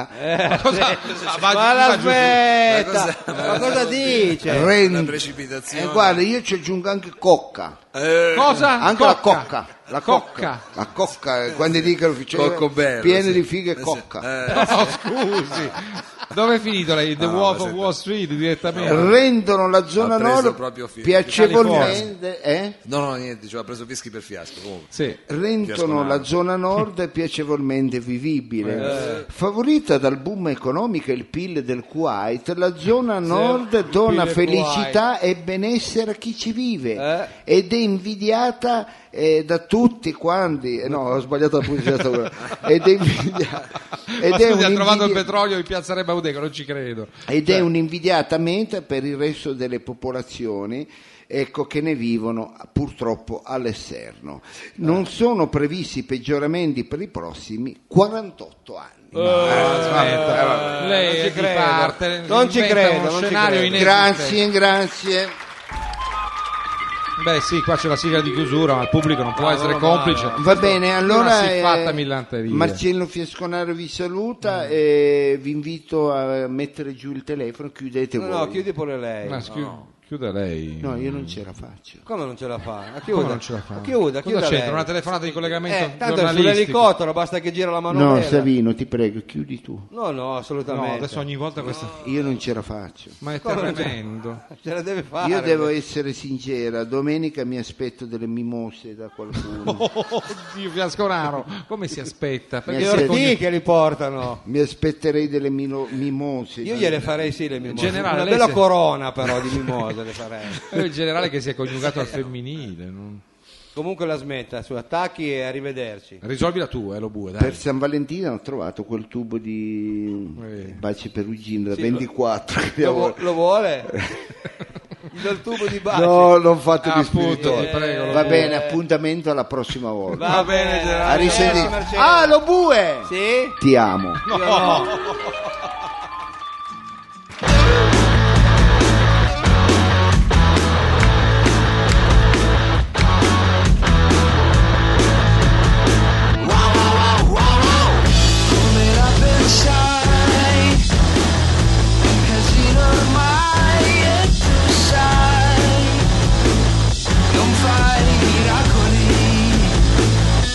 Ma la smetta. Ma cosa dice? La rende. precipitazione. Guarda, io ci aggiungo anche cocca. Cosa? Anche la cocca. La Cocca. La cocca, quando dicono che c'è Coccobello, piene sì. di fighe e cocca. No, scusi. Dove è finito lei? The Wolf of Wall Street direttamente? Rendono la zona Ha preso nord proprio piacevolmente No, niente, cioè, ha preso fischi per fiasco. Comunque. Sì. rendono la zona nord piacevolmente vivibile. Favorita dal boom economico e il PIL del Kuwait, la zona nord dona PIL felicità e benessere a chi ci vive ed è invidiata da tutti quanti. No, ho sbagliato la pubblicità. Ed è invidiata. Ma scusi, ha trovato il petrolio in piazza Re Baudecco, non ci credo. Ed è un'invidiata meta per il resto delle popolazioni, ecco, che ne vivono purtroppo all'esterno. Non sono previsti peggioramenti per i prossimi 48 anni. Aspetta, lei è di parte, Non ci inventa credo, uno non ci scenario credo. inesistente. Grazie. Beh sì, qua c'è la sigla di chiusura, ma il pubblico non può essere complice. Va bene, allora Una siffatta millanteria. Marcello Fiasconaro vi saluta e vi invito a mettere giù il telefono, chiudete voi. No, chiudi pure lei. Ma chiuda lei. No, io non ce la faccio. Come non ce la fa? Ma Come chiuda. non ce la fa? Chiuda, Cosa c'entra? lei. Una telefonata di collegamento Tanto è giornalistico? sull'elicottero, basta che gira la manovella. No, Savino, ti prego, chiudi tu. No, assolutamente. No, adesso ogni volta questa... Io non ce la faccio. Ma è Come tremendo. Ce la deve fare. Io devo essere sincera, domenica mi aspetto delle mimose da qualcuno. Oddio, Fiasconaro, come si aspetta? Perché Mi io aspetto- Sì, che li portano. Mi aspetterei delle mimose. Io gliele farei sì le mimose. Generale, Una lei bella si- corona però di mimose le farei. è il generale che si è coniugato al femminile. Non... Comunque la smetta, su attacchi e arrivederci. Risolvila tu, lo bue, dai. Per San Valentino ho trovato quel tubo di baci perugine da 24. che Lo vuole? Gli do il tubo di baci. No, non fate gli Appunto, spirituali. ti prego, lo Va bue. bene, appuntamento alla prossima volta. Va bene, A risentire. Marcello. Ah, lo bue! Sì? Ti amo. Come la pensai, casino ormai e tu sai, non fai miracoli,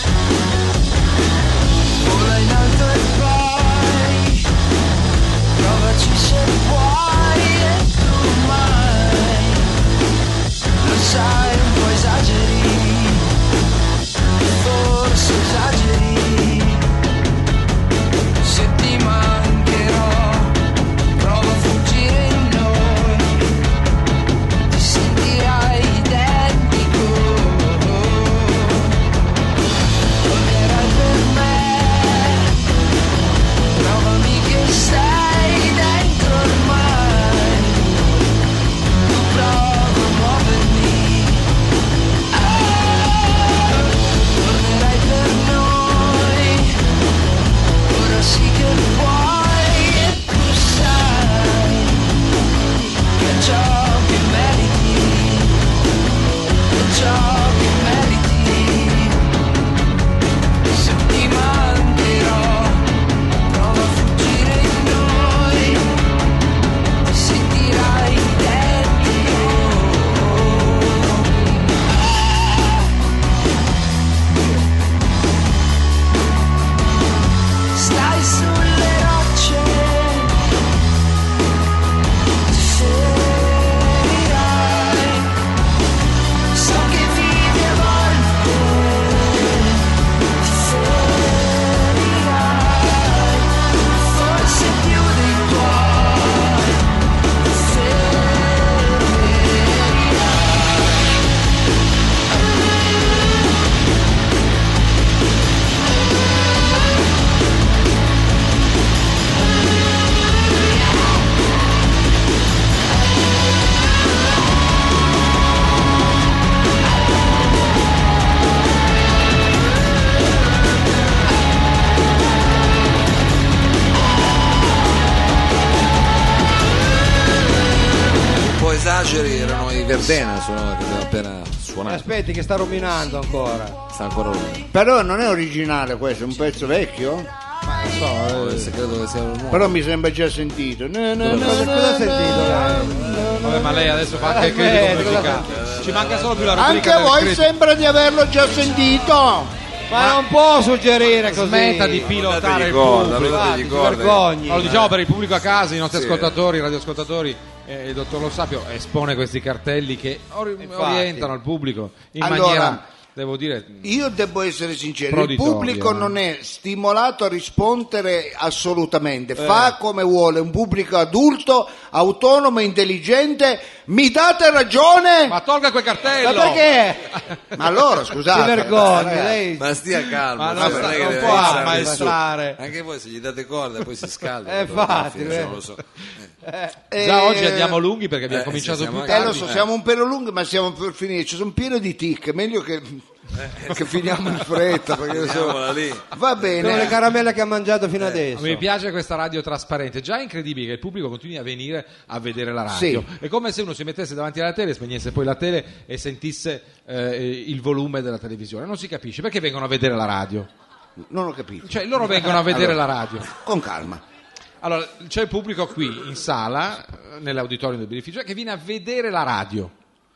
i Verdena sono che abbiamo appena suonato. Aspetti che sta rovinando ancora. Sta ancora lui. Però non è originale questo, è un pezzo vecchio? Se credo che sia un nuovo. Però mi sembra già sentito. Cosa ha sentito lei? Vabbè, ma lei adesso fa anche il critico musicale. Ci manca solo più la rubrica Anche del voi critico. sembra di averlo già sentito. Ma non può suggerire così. Smetta di pilotare il pubblico. Vergogni. Ma lo diciamo per il pubblico a casa, i nostri ascoltatori, i radioascoltatori. Il dottor Lo Sapio espone questi cartelli che orientano il pubblico in Allora, maniera, devo dire, Io devo essere sincero, il Proditoria. pubblico non è stimolato a rispondere assolutamente, fa come vuole, un pubblico adulto, autonomo, intelligente. Mi date ragione? ma tolga quel cartello. Ma perché? Ma allora scusate, Si vergogni, ragazzi. lei. Ma stia calmo, Ma non non è che non deve può essere ammaestrare. nessuno. Anche voi se gli date corda poi si scalda. Infatti, non lo so. Già oggi andiamo lunghi perché abbiamo sì, cominciato siamo più anche- tardi. Lo so, siamo un pelo lunghi, ma siamo per finire. Ci sono pieno di tic, è meglio che finiamo in fretta. Perché Finiamola lì. Va Sono le bene. caramelle che ha mangiato fino adesso. Mi piace questa radio trasparente, già è incredibile che il pubblico continui a venire a vedere la radio. Sì. È come se uno si mettesse davanti alla tele, spegnesse poi la tele e sentisse il volume della televisione. Non si capisce perché vengono a vedere la radio. Non ho capito. Cioè loro vengono a vedere la radio. Con calma. Allora, c'è il pubblico qui in sala, nell'auditorium del beneficio, che viene a vedere la radio.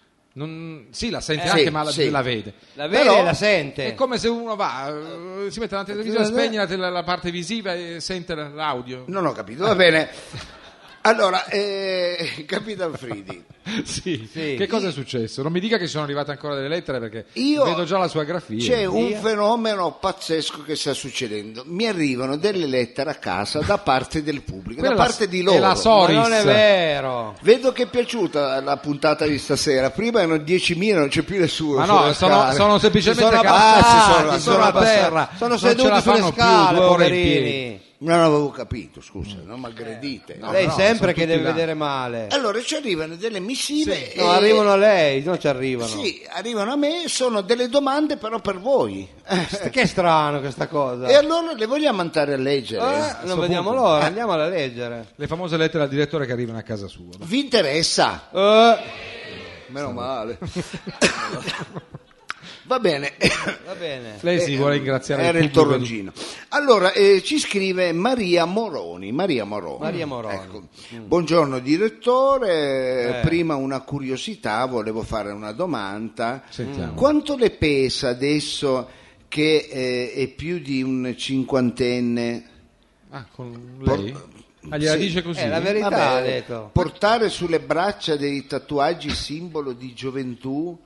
Sì, la sente anche, sì, ma sì. la vede. La vede Però e la sente. È come se uno va, si mette davanti alla televisione, spegne la parte visiva e sente l'audio. Non ho capito, va bene. Allora, Capitan Fridi, Sì. Sì. Che cosa è successo? Non mi dica che sono arrivate ancora delle lettere perché Io- vedo già la sua grafia. c'è un fenomeno pazzesco che sta succedendo. Mi arrivano delle lettere a casa da parte del pubblico, Quella da è la- parte di è loro. la Soris. Ma non è vero. Vedo che è piaciuta la puntata di stasera. Prima erano 10.000, non c'è più nessuno. Ma sulle no, scale. sono semplicemente Si sono capaci, abbassati, sono a abbassati. terra, Sono non ce seduti la sulle fanno più, scale, 2 ore in piedi. poverini. Non avevo capito, scusa, non mi aggredite. Lei sempre che tutti deve là. vedere male. Allora ci arrivano delle missive. No, arrivano a lei, non ci arrivano. Sì, arrivano a me, sono delle domande però per voi. Che è strano questa cosa. E allora le vogliamo andare a leggere? Non vediamo l'ora, andiamo a leggere. Le famose lettere al direttore che arrivano a casa sua. Vi interessa? Meno male. Va bene. Va bene. Lei si vuole ringraziare Era il pubblico di- torroncino. Allora, ci scrive Maria Moroni. Maria Moroni. Ecco. Buongiorno direttore, prima una curiosità, volevo fare una domanda. Sentiamo. Quanto le pesa adesso che è più di un cinquantenne? Ah, con lei? Gliela sì. dice così? La verità Vabbè, ha detto. portare sulle braccia dei tatuaggi simbolo di gioventù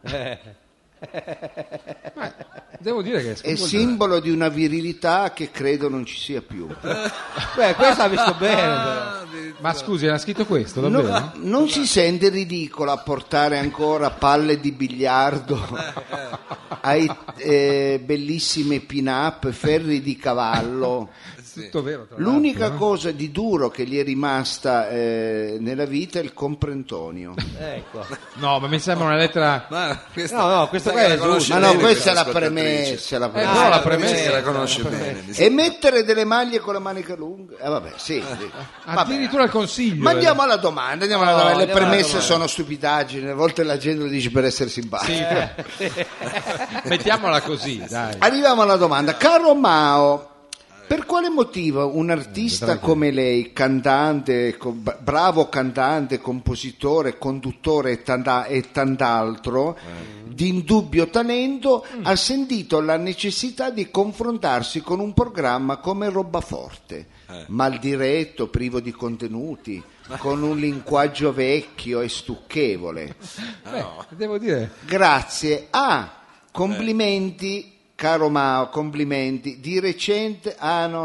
Devo dire che è simbolo di una virilità che credo non ci sia più. Beh, questo ha visto bene. però. Ma scusi, era scritto questo, davvero? Non si sente ridicolo a portare ancora palle di biliardo ai bellissime pin-up, ferri di cavallo? Tutto vero. tra L'unica l'altro, cosa di duro che gli è rimasta nella vita è il comprentonio. Ecco. No, ma mi sembra una lettera... Ma questa, No, questo qua è giusto. Ma no, questa è la premessa. La però premessa. la premessa la conosce bene. E mettere delle maglie con le maniche lunghe? Vabbè, sì. Addirittura il consiglio. Ma andiamo alla domanda, andiamo alla domanda. Le andiamo alla premesse domanda. sono stupidaggini, a volte la gente lo dice per essere simpatico. Mettiamola così, dai. Arriviamo alla domanda. Caro Mao, per quale motivo un artista come lei, cantante, bravo cantante, compositore, conduttore e tant'altro, di indubbio talento, ha sentito la necessità di confrontarsi con un programma come Robaforte, mal diretto, privo di contenuti, con un linguaggio vecchio e stucchevole? Devo dire... Grazie a complimenti, caro Mao, complimenti. Di recente, no.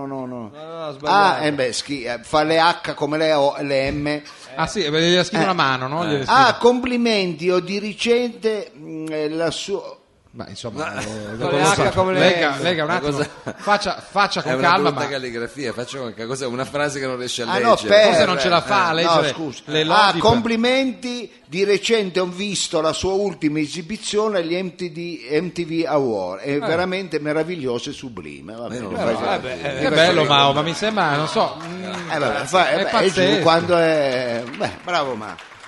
Fa le H come le O, le M. Ah sì, gliela scrive una mano, no? Gliela scrive- Complimenti o di recente la sua. Ma insomma, le H come le lega un attimo, faccia È con una calma, brutta ma calligrafia, faccio qualche cosa, una frase che non riesce a Ah, leggere. no, forse non ce la fa a leggere no, scusa. le lodi. Complimenti, di recente ho visto la sua ultima esibizione agli MTV Award, è veramente meraviglioso e sublime. Va bene. Che bello Mao, ma mi sembra, non so, È pazzesco. giù quando è bravo Mao.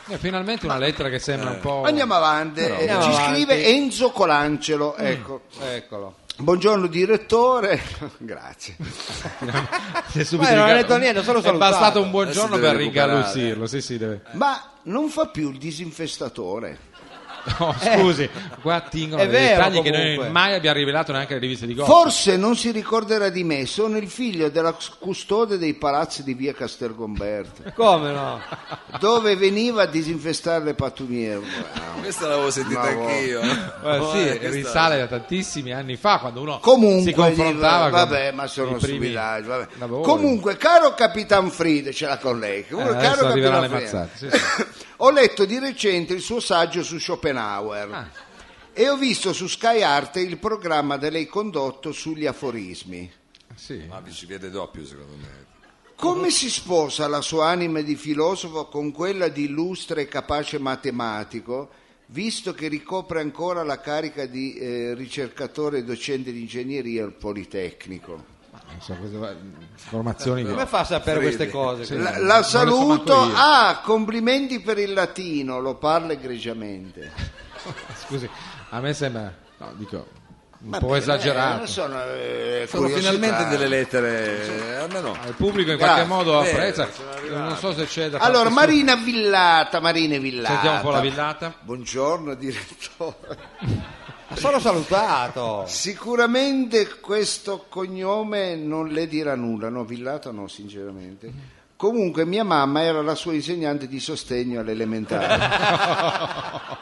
Finalmente una lettera che sembra un po'... Andiamo avanti. Ci scrive Enzo Colangelo, ecco. Eccolo. Buongiorno direttore, grazie. Si è subito non ha riga- detto niente, solo è salutato. bastato un buongiorno Adesso per deve recuperare. ringalluzzirlo. Sì, deve. Ma non fa più il disinfestatore? No, scusi, qua tingono È dei vero, dettagli che comunque. noi mai abbiamo rivelato neanche alle riviste di golf. Forse non si ricorderà di me, sono il figlio della custode dei palazzi di via Castelgomberto, Come no? dove veniva a disinfestare le pattumiere. Questa l'avevo sentita anch'io. Sì, risale da tantissimi anni fa, quando uno Comunque, si confrontava con vabbè, ma sono i primi stupidaggi. Vabbè. lavori. Comunque, caro Capitan Fried, ce l'ha con lei. Comunque, adesso caro arriveranno Capitan le Fried, mazzate, sì. ho letto di recente il suo saggio su Schopenhauer e ho visto su Sky Arte il programma da lei condotto sugli aforismi. Sì. Ma ci vede doppio, secondo me. Come si sposa la sua anima di filosofo con quella di illustre e capace matematico, visto che ricopre ancora la carica di ricercatore e docente di ingegneria al Politecnico? Non so, queste informazioni che... Come fa a sapere queste cose? Sì. La non le so saluto. manco io. Complimenti per il latino, lo parla egregiamente. Scusi, a me sembra, no, dico, un Va po' bene, esagerato. Sono curiosità. finalmente delle lettere, almeno. Il pubblico in Grazie. qualche modo Bene, apprezza. sono Non so se c'è da Allora, parte Marina Villata. sua. Sentiamo un po' la villata. Buongiorno direttore. Ha solo salutato. Sicuramente questo cognome non le dirà nulla, no, Villata no, sinceramente. Comunque mia mamma era la sua insegnante di sostegno all'elementare.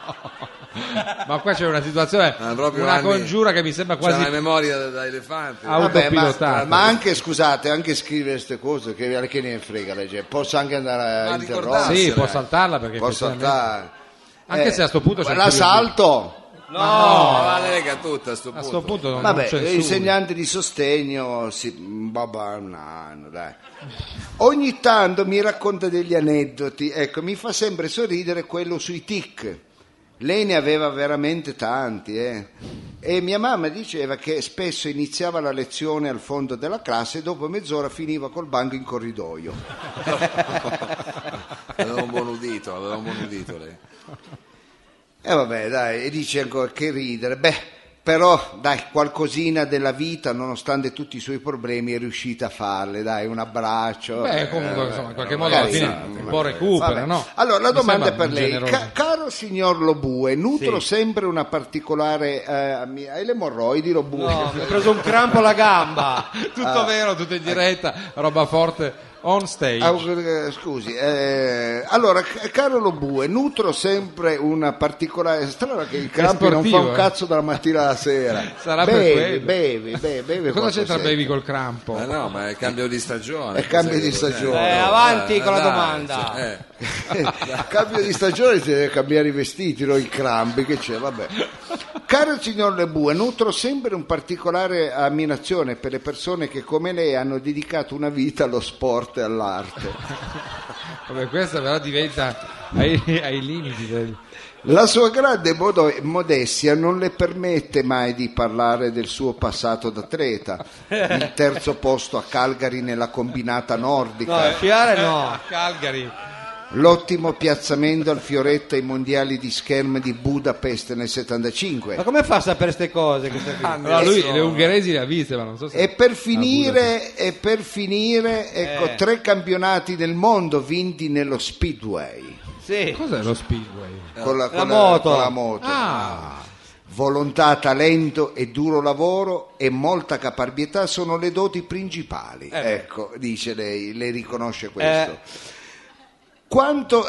Ma qua c'è una situazione, proprio una anni- congiura che mi sembra C'è quasi una memoria da elefante. autopilotata. ma anche, scusate, anche scrivere queste cose, che ne frega la gente. Posso anche andare a Ma interrompere. ricordarsene. Sì, può saltarla perché Posso effettivamente- saltare. Anche se a sto punto c'è la il salto. No, ma la lega tutta a sto a punto. sto punto non Vabbè, censuri. insegnante di sostegno, un anno, dai. Ogni tanto mi racconta degli aneddoti, ecco, mi fa sempre sorridere quello sui tic. Lei ne aveva veramente tanti, E mia mamma diceva che spesso iniziava la lezione al fondo della classe e dopo mezz'ora finiva col banco in corridoio. Aveva un buon udito lei. E vabbè, dai, e dice ancora che ridere. Beh, però, dai, qualcosina della vita, nonostante tutti i suoi problemi, è riuscita a farle, dai, un abbraccio. Beh, comunque, insomma, in qualche modo alla magari fine sì. un po' recupera, Vabbè. no? Allora, la Mi domanda è sembra per lei. generoso. Caro signor Lobue, nutro Sì. sempre una particolare... hai le emorroidi, Lobue? No, mi ha preso un crampo alla gamba. Tutto vero, tutto in diretta, roba forte on stage. Scusi, allora, caro Lobue, nutro sempre una particolare... Strano che il crampi non fa sportivo, un cazzo dalla mattina alla sera. Sarà per quello. bevi Cosa quanto c'entra sei. bevi col crampo? No, ma è il cambio di stagione. È cambio di Cos'è? stagione. Avanti con la dai, domanda. Cambio di stagione si deve cambiare i vestiti, no? I crampi che c'è, vabbè. Caro signor Lobue, nutro sempre un particolare ammirazione per le persone che come lei hanno dedicato una vita allo sport e all'arte. Vabbè, questa però diventa ai limiti del... La sua grande modestia non le permette mai di parlare del suo passato d'atleta, il terzo posto a Calgary nella combinata nordica, No, sciare no. A Calgary. l'ottimo piazzamento al Fioretta ai mondiali di scherm di Budapest nel 75. Ma come fa a sapere queste cose? Allora, lui le ungheresi le ha viste, ma non so se... E per finire, ecco, 3 campionati del mondo vinti nello Speedway. Sì. Cos'è lo speedway? Con la moto. con la moto. Ah, Volontà, talento e duro lavoro e molta caparbietà sono le doti principali. Ecco, dice lei riconosce questo. Quanto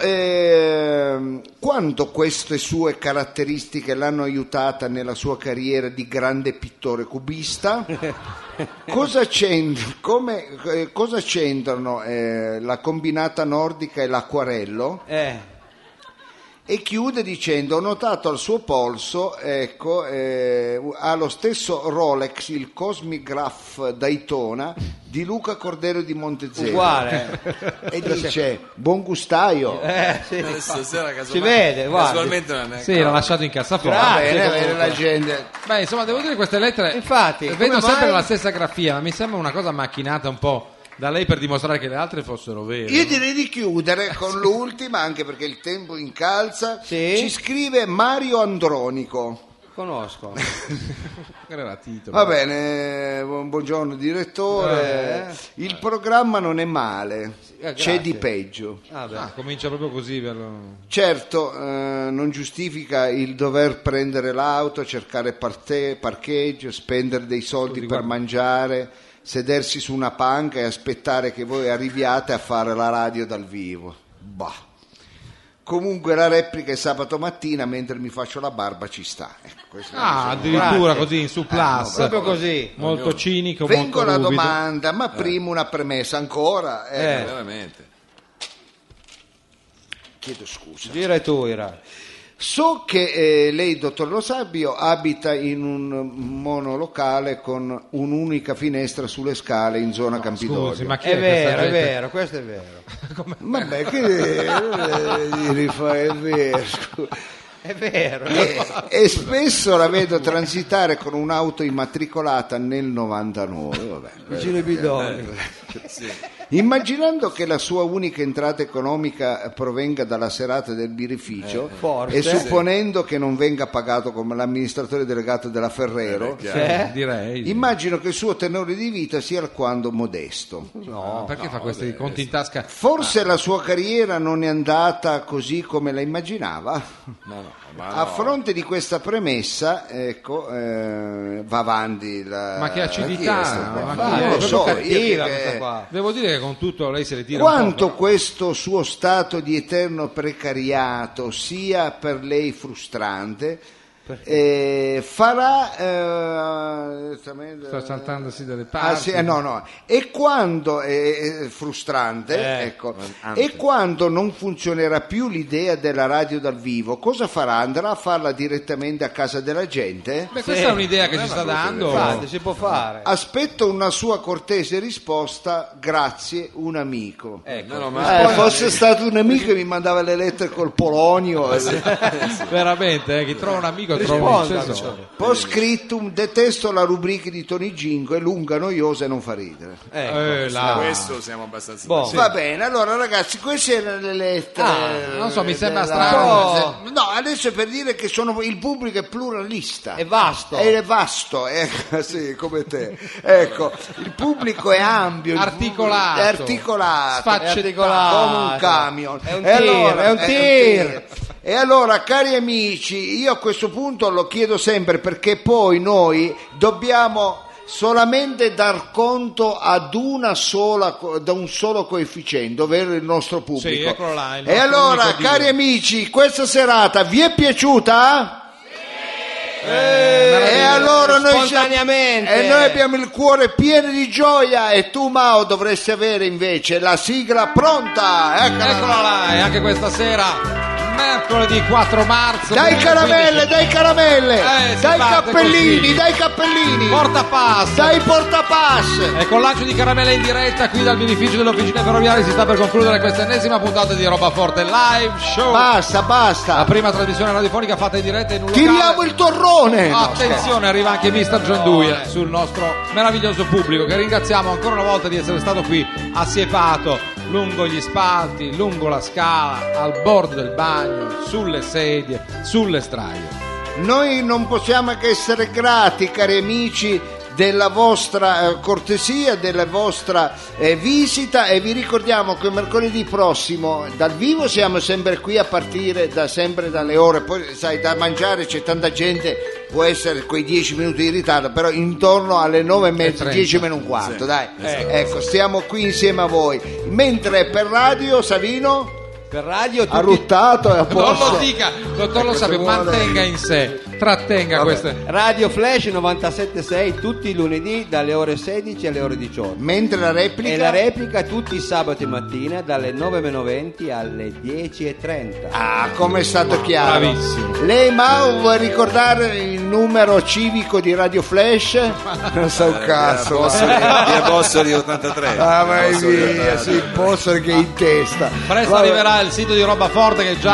queste sue caratteristiche l'hanno aiutata nella sua carriera di grande pittore cubista? Cosa c'entrano la combinata nordica e l'acquarello? E chiude dicendo: ho notato al suo polso, ecco, ha lo stesso Rolex, il Cosmigraph Daytona di Luca Cordero di Montezemolo. Uguale. E dice: buon gustaio. Sì. Stasera Si vede, guarda. casualmente non è. sì, l'ha lasciato in cassaforte. Va Grazie, bene, comunque. la gente. Beh, insomma, devo dire queste lettere Infatti, vedo come sempre mai? la stessa grafia, ma mi sembra una cosa macchinata un po' da lei per dimostrare che le altre fossero vere. Io direi di chiudere con l'ultima, anche perché il tempo incalza. Sì? Ci scrive Mario Andronico. Conosco. Era titolo. Va bene, buongiorno direttore. Il programma non è male, c'è grazie. di peggio. Comincia proprio così. Certo, non giustifica il dover prendere l'auto, cercare parcheggio, spendere dei soldi per mangiare, sedersi su una panca e aspettare che voi arriviate a fare la radio dal vivo. Bah. Comunque la replica è sabato mattina mentre mi faccio la barba, ci sta. Questo addirittura così in su plus. Proprio così. Molto cinico, Vengo molto alla ruvido. domanda, ma prima una premessa ancora. Veramente. Chiedo scusa. Gira tu, Ira. So che lei, dottor Lo Sapio, abita in un monolocale con un'unica finestra sulle scale in zona Campidoglio. Scusi, ma chi È vero, questa è gente? vero, questo è vero. Vabbè, che rifai, è vero. È vero. E spesso la vedo transitare con un'auto immatricolata nel 99. Vabbè. Vicino ai bidoni. Immaginando che la sua unica entrata economica provenga dalla serata del birrificio forse. e supponendo che non venga pagato come l'amministratore delegato della Ferrero, Direi. immagino che il suo tenore di vita sia alquanto modesto. Perché fa questi conti in tasca? Forse la sua carriera non è andata così come la immaginava. A fronte di questa premessa, ecco, va avanti la... Ma che acidità! Non lo so, io che- Devo dire che con tutto lei se le tira quanto un po'. questo suo stato di eterno precariato sia per lei frustrante, farà Sto saltandosi delle parti. e quando è frustrante, ecco, e quando non funzionerà più l'idea della radio dal vivo, cosa farà? Andrà a farla direttamente a casa della gente? Beh, questa è un'idea che ci sta dando. Infatti, si può fare. Aspetto una sua cortese risposta, grazie, un amico. Ecco. Fosse stato un amico che mi mandava le lettere col polonio. Veramente, chi trova un amico trova un Risponda, incensore. Post scriptum, detesto la rubrica di Tony Gingo, è lunga, noiosa e non fa ridere. Questo siamo abbastanza Boh. Va bene, allora ragazzi, queste erano le lettere. non so, mi sembra della- strano. No, adesso è per dire che il pubblico è pluralista. È vasto. È vasto, sì, come te. Ecco, il pubblico è ampio, Articolato. è articolato, Sfaccettato. come un camion. È un E tir, allora- è un tir. E allora, cari amici, io a questo punto lo chiedo sempre, perché poi noi dobbiamo solamente dar conto da un solo coefficiente, ovvero il nostro pubblico. Sì, eccolo là, il E nostro allora, unico Dio. cari amici, questa serata vi è piaciuta? E allora Spontaneamente. noi abbiamo il cuore pieno di gioia, e tu, Mao, dovresti avere invece la sigla pronta. Eccola là, e anche questa sera, mercoledì 4 marzo. Dai 2015. caramelle, dai caramelle, si dai parte cappellini, così. dai cappellini, Porta pass. dai portapass. E con lancio di caramelle in diretta qui dal beneficio delle officine ferroviarie si sta per concludere questa ennesima puntata di Roba Forte Live Show. Basta. La prima trasmissione radiofonica fatta in diretta in un locale. Tiriamo il torrone. Attenzione, arriva anche Mr. Gianduia sul nostro meraviglioso pubblico, che ringraziamo ancora una volta di essere stato qui assiepato lungo gli spalti, lungo la scala, al bordo del bagno, sulle sedie, sulle strade. Noi non possiamo che essere grati, cari amici, della vostra cortesia, della vostra visita, e vi ricordiamo che mercoledì prossimo dal vivo siamo sempre qui a partire sempre dalle ore, poi sai, da mangiare c'è tanta gente, può essere quei 10 minuti di ritardo, però intorno alle 9:30, 10 meno un quarto, dai. Ecco, stiamo qui insieme a voi, mentre per radio Savino Per radio ha ruttato e a Non posto. lo dica, dottor Lo Sapio, mantenga in sé, trattenga queste. Radio Flash 97.6 tutti i lunedì dalle ore 16 alle ore 18. Mentre la replica, E la replica tutti i sabati mattina dalle 9:20 alle 10:30. ah, come è stato chiaro. Bravissimo. Lei, Mau, vuoi ricordare il numero civico di Radio Flash? Non so un cazzo. Via Bossoli 83. Ah, vai Bossoli via, 83. sì, posso che è in testa. Presto Vabbè. arriverà il sito di Roba Forte, che già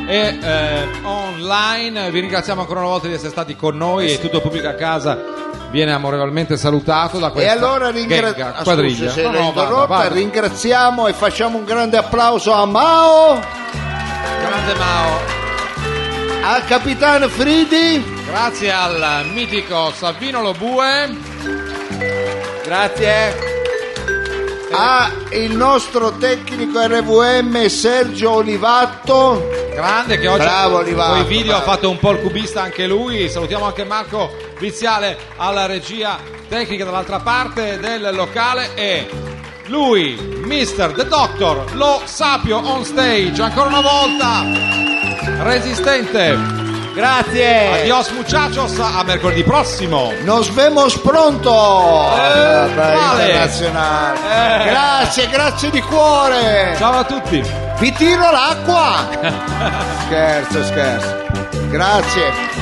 e online. Vi ringraziamo ancora una volta di essere stati con noi e tutto il pubblico a casa viene amorevolmente salutato da questa E allora quadriglia. se No, l'ho interrotta, vada. ringraziamo e facciamo un grande applauso a Mao, Grande Mao. al capitano Fridi, Grazie al mitico Savino Lobue. Grazie. a il nostro tecnico RVM Sergio Olivatto. Grande, che oggi Bravo, Olivato, con i video bravo. ha fatto un po' il cubista anche lui. Salutiamo anche Marco Viziale alla regia tecnica dall'altra parte del locale e lui, Mr. The Doctor, Lo Sapio on stage, ancora una volta resistente. Grazie. Adios muchachos, a mercoledì prossimo. Nos vemos pronto. vale. Internazionale. Grazie di cuore. Ciao a tutti. Vi tiro l'acqua. Scherzo. Grazie.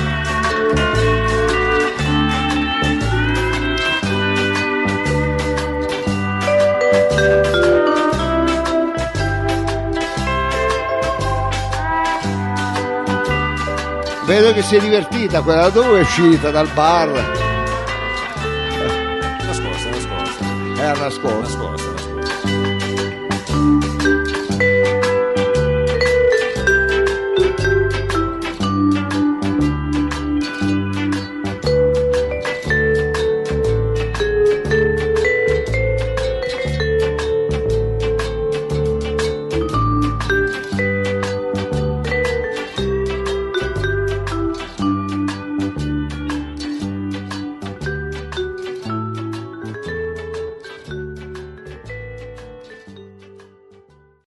Vedo che si è divertita, quella dove è uscita dal bar. Nascosta. Era nascosta.